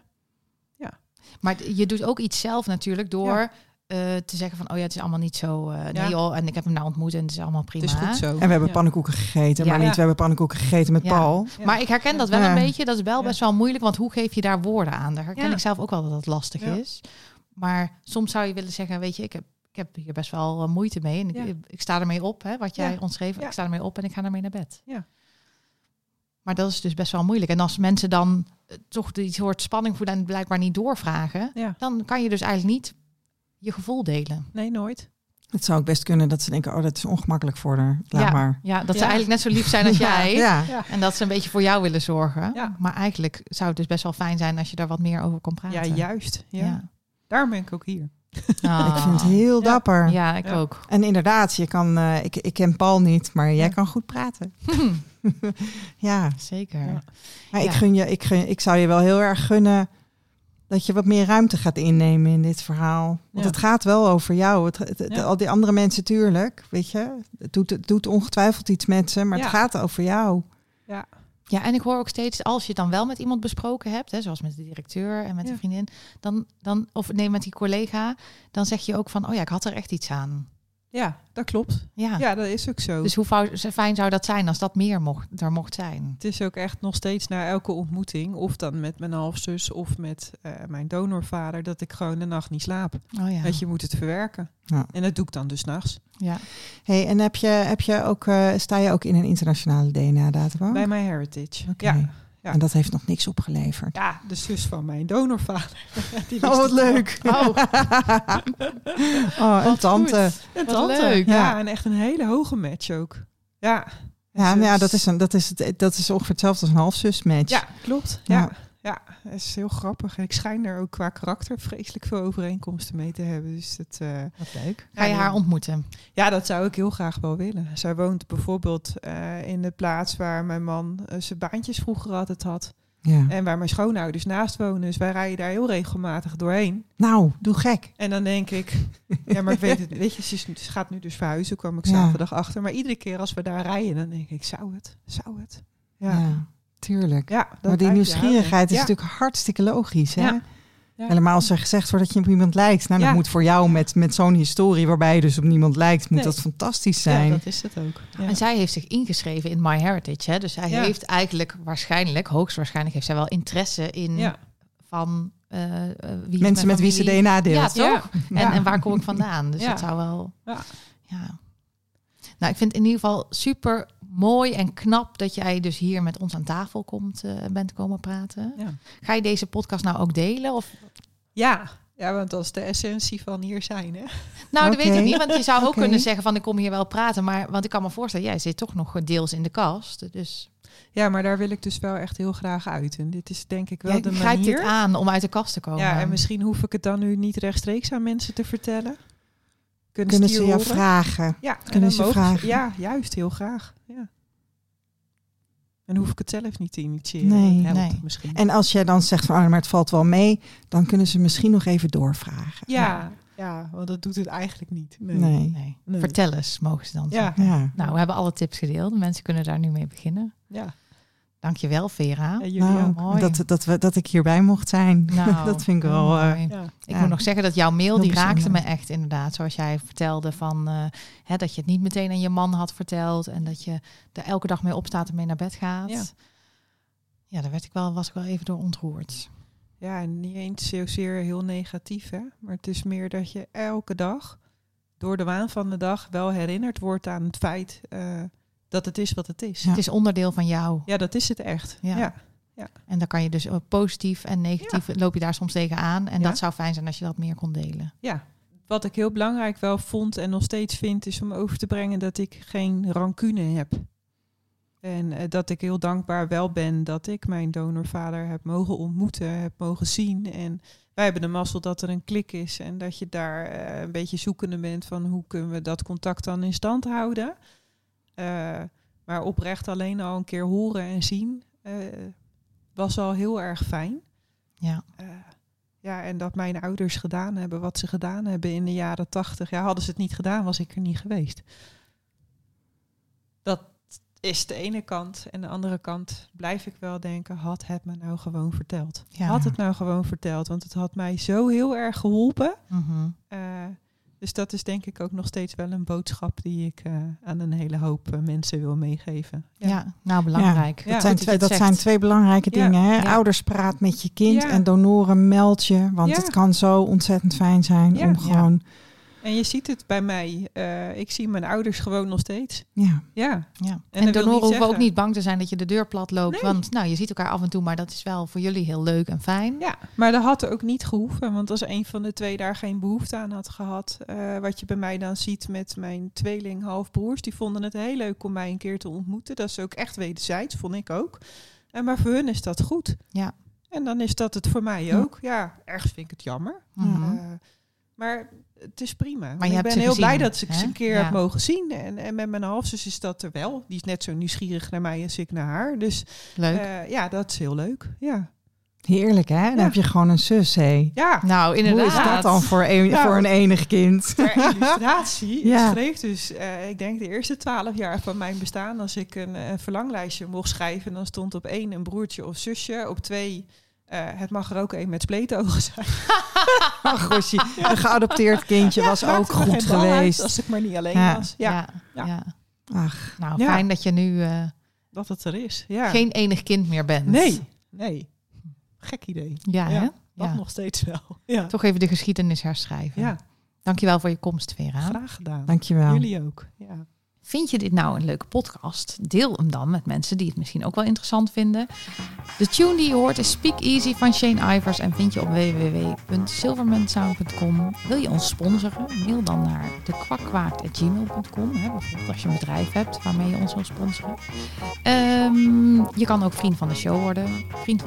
Maar je doet ook iets zelf natuurlijk door te zeggen van, het is allemaal niet zo. Nee joh, en ik heb hem nou ontmoet en het is allemaal prima. Het is goed zo. En we hebben pannenkoeken gegeten, maar niet we hebben pannenkoeken gegeten met Paul. Ja. Maar ik herken dat wel een beetje. Dat is wel best wel moeilijk, want hoe geef je daar woorden aan? Daar herken ik zelf ook wel dat het lastig is. Maar soms zou je willen zeggen, weet je, ik heb hier best wel moeite mee. En ik sta ermee op, wat jij ons schreef. Ik sta ermee op en ik ga ermee naar bed. Ja. Maar dat is dus best wel moeilijk. En als mensen dan toch die soort spanning voelen en blijkbaar niet doorvragen, dan kan je dus eigenlijk niet je gevoel delen. Nee, nooit. Het zou ook best kunnen dat ze denken, dat is ongemakkelijk voor haar. Laat maar. Ja, dat ze eigenlijk net zo lief zijn als jij. En dat ze een beetje voor jou willen zorgen. Ja. Maar eigenlijk zou het dus best wel fijn zijn als je daar wat meer over kon praten. Ja, juist. Ja. Daarom ben ik ook hier. Ik vind het heel dapper. Ja, ik ook. En inderdaad, je kan, ik ken Paul niet, maar jij kan goed praten. Ja, zeker. Ja. Maar ik zou je wel heel erg gunnen dat je wat meer ruimte gaat innemen in dit verhaal. Want het gaat wel over jou. Al die andere mensen, tuurlijk, weet je. Het doet ongetwijfeld iets met ze, maar het gaat over jou. Ja. Ja, en ik hoor ook steeds, als je het dan wel met iemand besproken hebt, zoals met de directeur en met de vriendin, dan of met die collega, dan zeg je ook van, ik had er echt iets aan. Ja, dat klopt. Ja, dat is ook zo. Dus hoe fijn zou dat zijn als dat meer mocht zijn? Het is ook echt nog steeds na elke ontmoeting, of dan met mijn halfzus of met mijn donorvader, dat ik gewoon de nacht niet slaap. Dat je moet het verwerken. Ja. En dat doe ik dan dus 's nachts. Ja. Hey, en heb je ook, sta je ook in een internationale DNA-databank? Bij MyHeritage. Okay. Ja. Ja. En dat heeft nog niks opgeleverd. Ja, de zus van mijn donorvader. Wat leuk. Een tante. Een tante. Leuk. Ja, en echt een hele hoge match ook. Ja. Ja, dat is ongeveer hetzelfde als een halfzus match. Ja, klopt. Ja. Ja, het is heel grappig. Ik schijn er ook qua karakter vreselijk veel overeenkomsten mee te hebben. Dus dat, wat leuk. Ga je haar ontmoeten? Ja, dat zou ik heel graag wel willen. Zij woont bijvoorbeeld in de plaats waar mijn man zijn baantjes vroeger altijd had. Ja. En waar mijn schoonouders naast wonen. Dus wij rijden daar heel regelmatig doorheen. Nou, doe gek. En dan denk ik, ja, maar ik weet het, weet je, ze gaat nu dus verhuizen, kwam ik zaterdag achter. Maar iedere keer als we daar rijden, dan denk ik, zou het? Ja, tuurlijk. Ja, maar die nieuwsgierigheid is natuurlijk hartstikke logisch, hè? Ja. Ja. Helemaal als er gezegd wordt dat je op iemand lijkt. Nou, dat moet voor jou met zo'n historie waarbij je dus op niemand lijkt, moet dat fantastisch zijn. Ja, dat is het ook. Ja. En zij heeft zich ingeschreven in MyHeritage. Hè? Dus zij heeft eigenlijk hoogstwaarschijnlijk heeft zij wel interesse in van wie mensen met wie ze DNA deelt. Ja, toch? Ja. En waar kom ik vandaan? Dus dat zou wel... Ja. Nou, ik vind het in ieder geval super mooi en knap dat jij dus hier met ons aan tafel bent komen praten. Ja. Ga je deze podcast nou ook delen? Of? Ja, want dat is de essentie van hier zijn, hè? Nou, dat weet ik niet, want je zou ook kunnen zeggen van ik kom hier wel praten, maar want ik kan me voorstellen, jij zit toch nog deels in de kast, dus... Ja, maar daar wil ik dus wel echt heel graag uit. En dit is denk ik wel de manier. Grijpt dit aan om uit de kast te komen? Ja, en misschien hoef ik het dan nu niet rechtstreeks aan mensen te vertellen. Kunnen ze jou vragen? Ja, kunnen ze vragen? Ja, juist, heel graag. Ja. En hoef ik het zelf niet te initiëren. Nee. Misschien. En als jij dan zegt van, maar het valt wel mee, dan kunnen ze misschien nog even doorvragen. Ja, want dat doet het eigenlijk niet. Nee. Vertel eens, mogen ze dan zeggen. Ja. Nou, we hebben alle tips gedeeld. Mensen kunnen daar nu mee beginnen. Ja. Dankjewel, Vera. Ja, mooi. Dat ik hierbij mocht zijn. Nou, dat vind ik wel... Ik moet nog zeggen dat jouw mail, die raakte me echt inderdaad. Zoals jij vertelde van dat je het niet meteen aan je man had verteld. En dat je er elke dag mee opstaat en mee naar bed gaat. Ja, daar was ik wel even door ontroerd. Ja, en niet eens zozeer heel negatief, hè. Maar het is meer dat je elke dag, door de waan van de dag, wel herinnerd wordt aan het feit... dat het is wat het is. Ja. Het is onderdeel van jou. Ja, dat is het echt. Ja. En dan kan je dus positief en negatief loop je daar soms tegenaan. En dat zou fijn zijn als je dat meer kon delen. Ja, wat ik heel belangrijk wel vond en nog steeds vind, is om over te brengen dat ik geen rancune heb. En dat ik heel dankbaar wel ben dat ik mijn donorvader heb mogen ontmoeten, heb mogen zien. En wij hebben de mazzel dat er een klik is en dat je daar een beetje zoekende bent van hoe kunnen we dat contact dan in stand houden. Maar oprecht alleen al een keer horen en zien was al heel erg fijn. Ja. En dat mijn ouders gedaan hebben wat ze gedaan hebben in de jaren 80. Ja, hadden ze het niet gedaan, was ik er niet geweest. Dat is de ene kant. En de andere kant blijf ik wel denken, had het me nou gewoon verteld. Ja. Had het nou gewoon verteld, want het had mij zo heel erg geholpen. Mm-hmm. Dus dat is denk ik ook nog steeds wel een boodschap die ik aan een hele hoop mensen wil meegeven. Ja, nou belangrijk. Ja. Dat zijn twee belangrijke dingen. Hè? Ja. Ouders praat met je kind en donoren meld je. Want het kan zo ontzettend fijn zijn om gewoon... En je ziet het bij mij. Ik zie mijn ouders gewoon nog steeds. Ja. En donoren hoeven ook niet bang te zijn dat je de deur plat loopt. Nee. Want je ziet elkaar af en toe, maar dat is wel voor jullie heel leuk en fijn. Ja, maar dat had ook niet gehoeven. Want als een van de twee daar geen behoefte aan had gehad. Wat je bij mij dan ziet met mijn tweeling halfbroers. Die vonden het heel leuk om mij een keer te ontmoeten. Dat is ook echt wederzijds, vond ik ook. Maar voor hun is dat goed. Ja. En dan is dat het voor mij ook. Ja, ergens vind ik het jammer. Mm-hmm. Maar het is prima. Maar ik ben heel blij dat ik ze een keer heb mogen zien. En met mijn halfzus is dat er wel. Die is net zo nieuwsgierig naar mij als ik naar haar. Dus leuk. Dat is heel leuk. Ja. Heerlijk, hè? Dan heb je gewoon een zus, hé. Ja. Nou, inderdaad. Hoe is dat dan voor een enig kind? Ter illustratie. Ik schreef dus, ik denk de eerste 12 jaar van mijn bestaan... als ik een verlanglijstje mocht schrijven... dan stond op 1 een broertje of zusje. Op 2... het mag er ook een met spleetogen zijn. Ach, Gosje, een geadopteerd kindje was ook goed geweest. Als ik maar niet alleen was. Ja. Ach, nou, fijn dat je nu dat het er is. Ja. Geen enig kind meer bent. Nee. Gek idee. Ja, hè? Dat nog steeds wel. Ja. Toch even de geschiedenis herschrijven. Ja. Dankjewel voor je komst, Vera. Graag gedaan. Dankjewel. Jullie ook. Ja. Vind je dit nou een leuke podcast? Deel hem dan met mensen die het misschien ook wel interessant vinden. De tune die je hoort is Speak Easy van Shane Ivers en vind je op www.silvermansound.com. Wil je ons sponsoren? Mail dan naar dekwakwaakt@gmail.com. Bijvoorbeeld als je een bedrijf hebt waarmee je ons wil sponsoren. Je kan ook vriend van de show worden.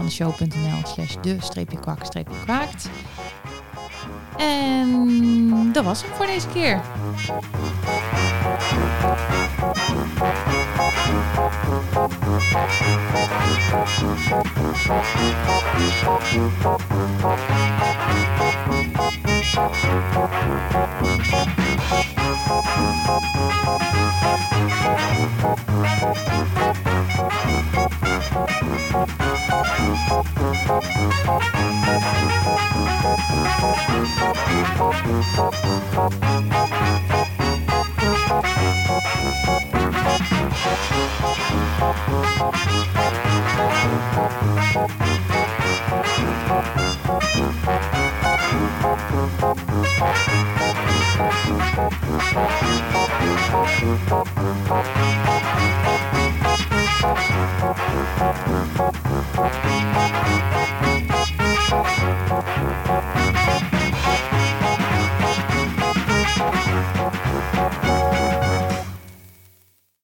vriendvandeshow.nl/de-kwak-kwaakt. En dat was het voor deze keer.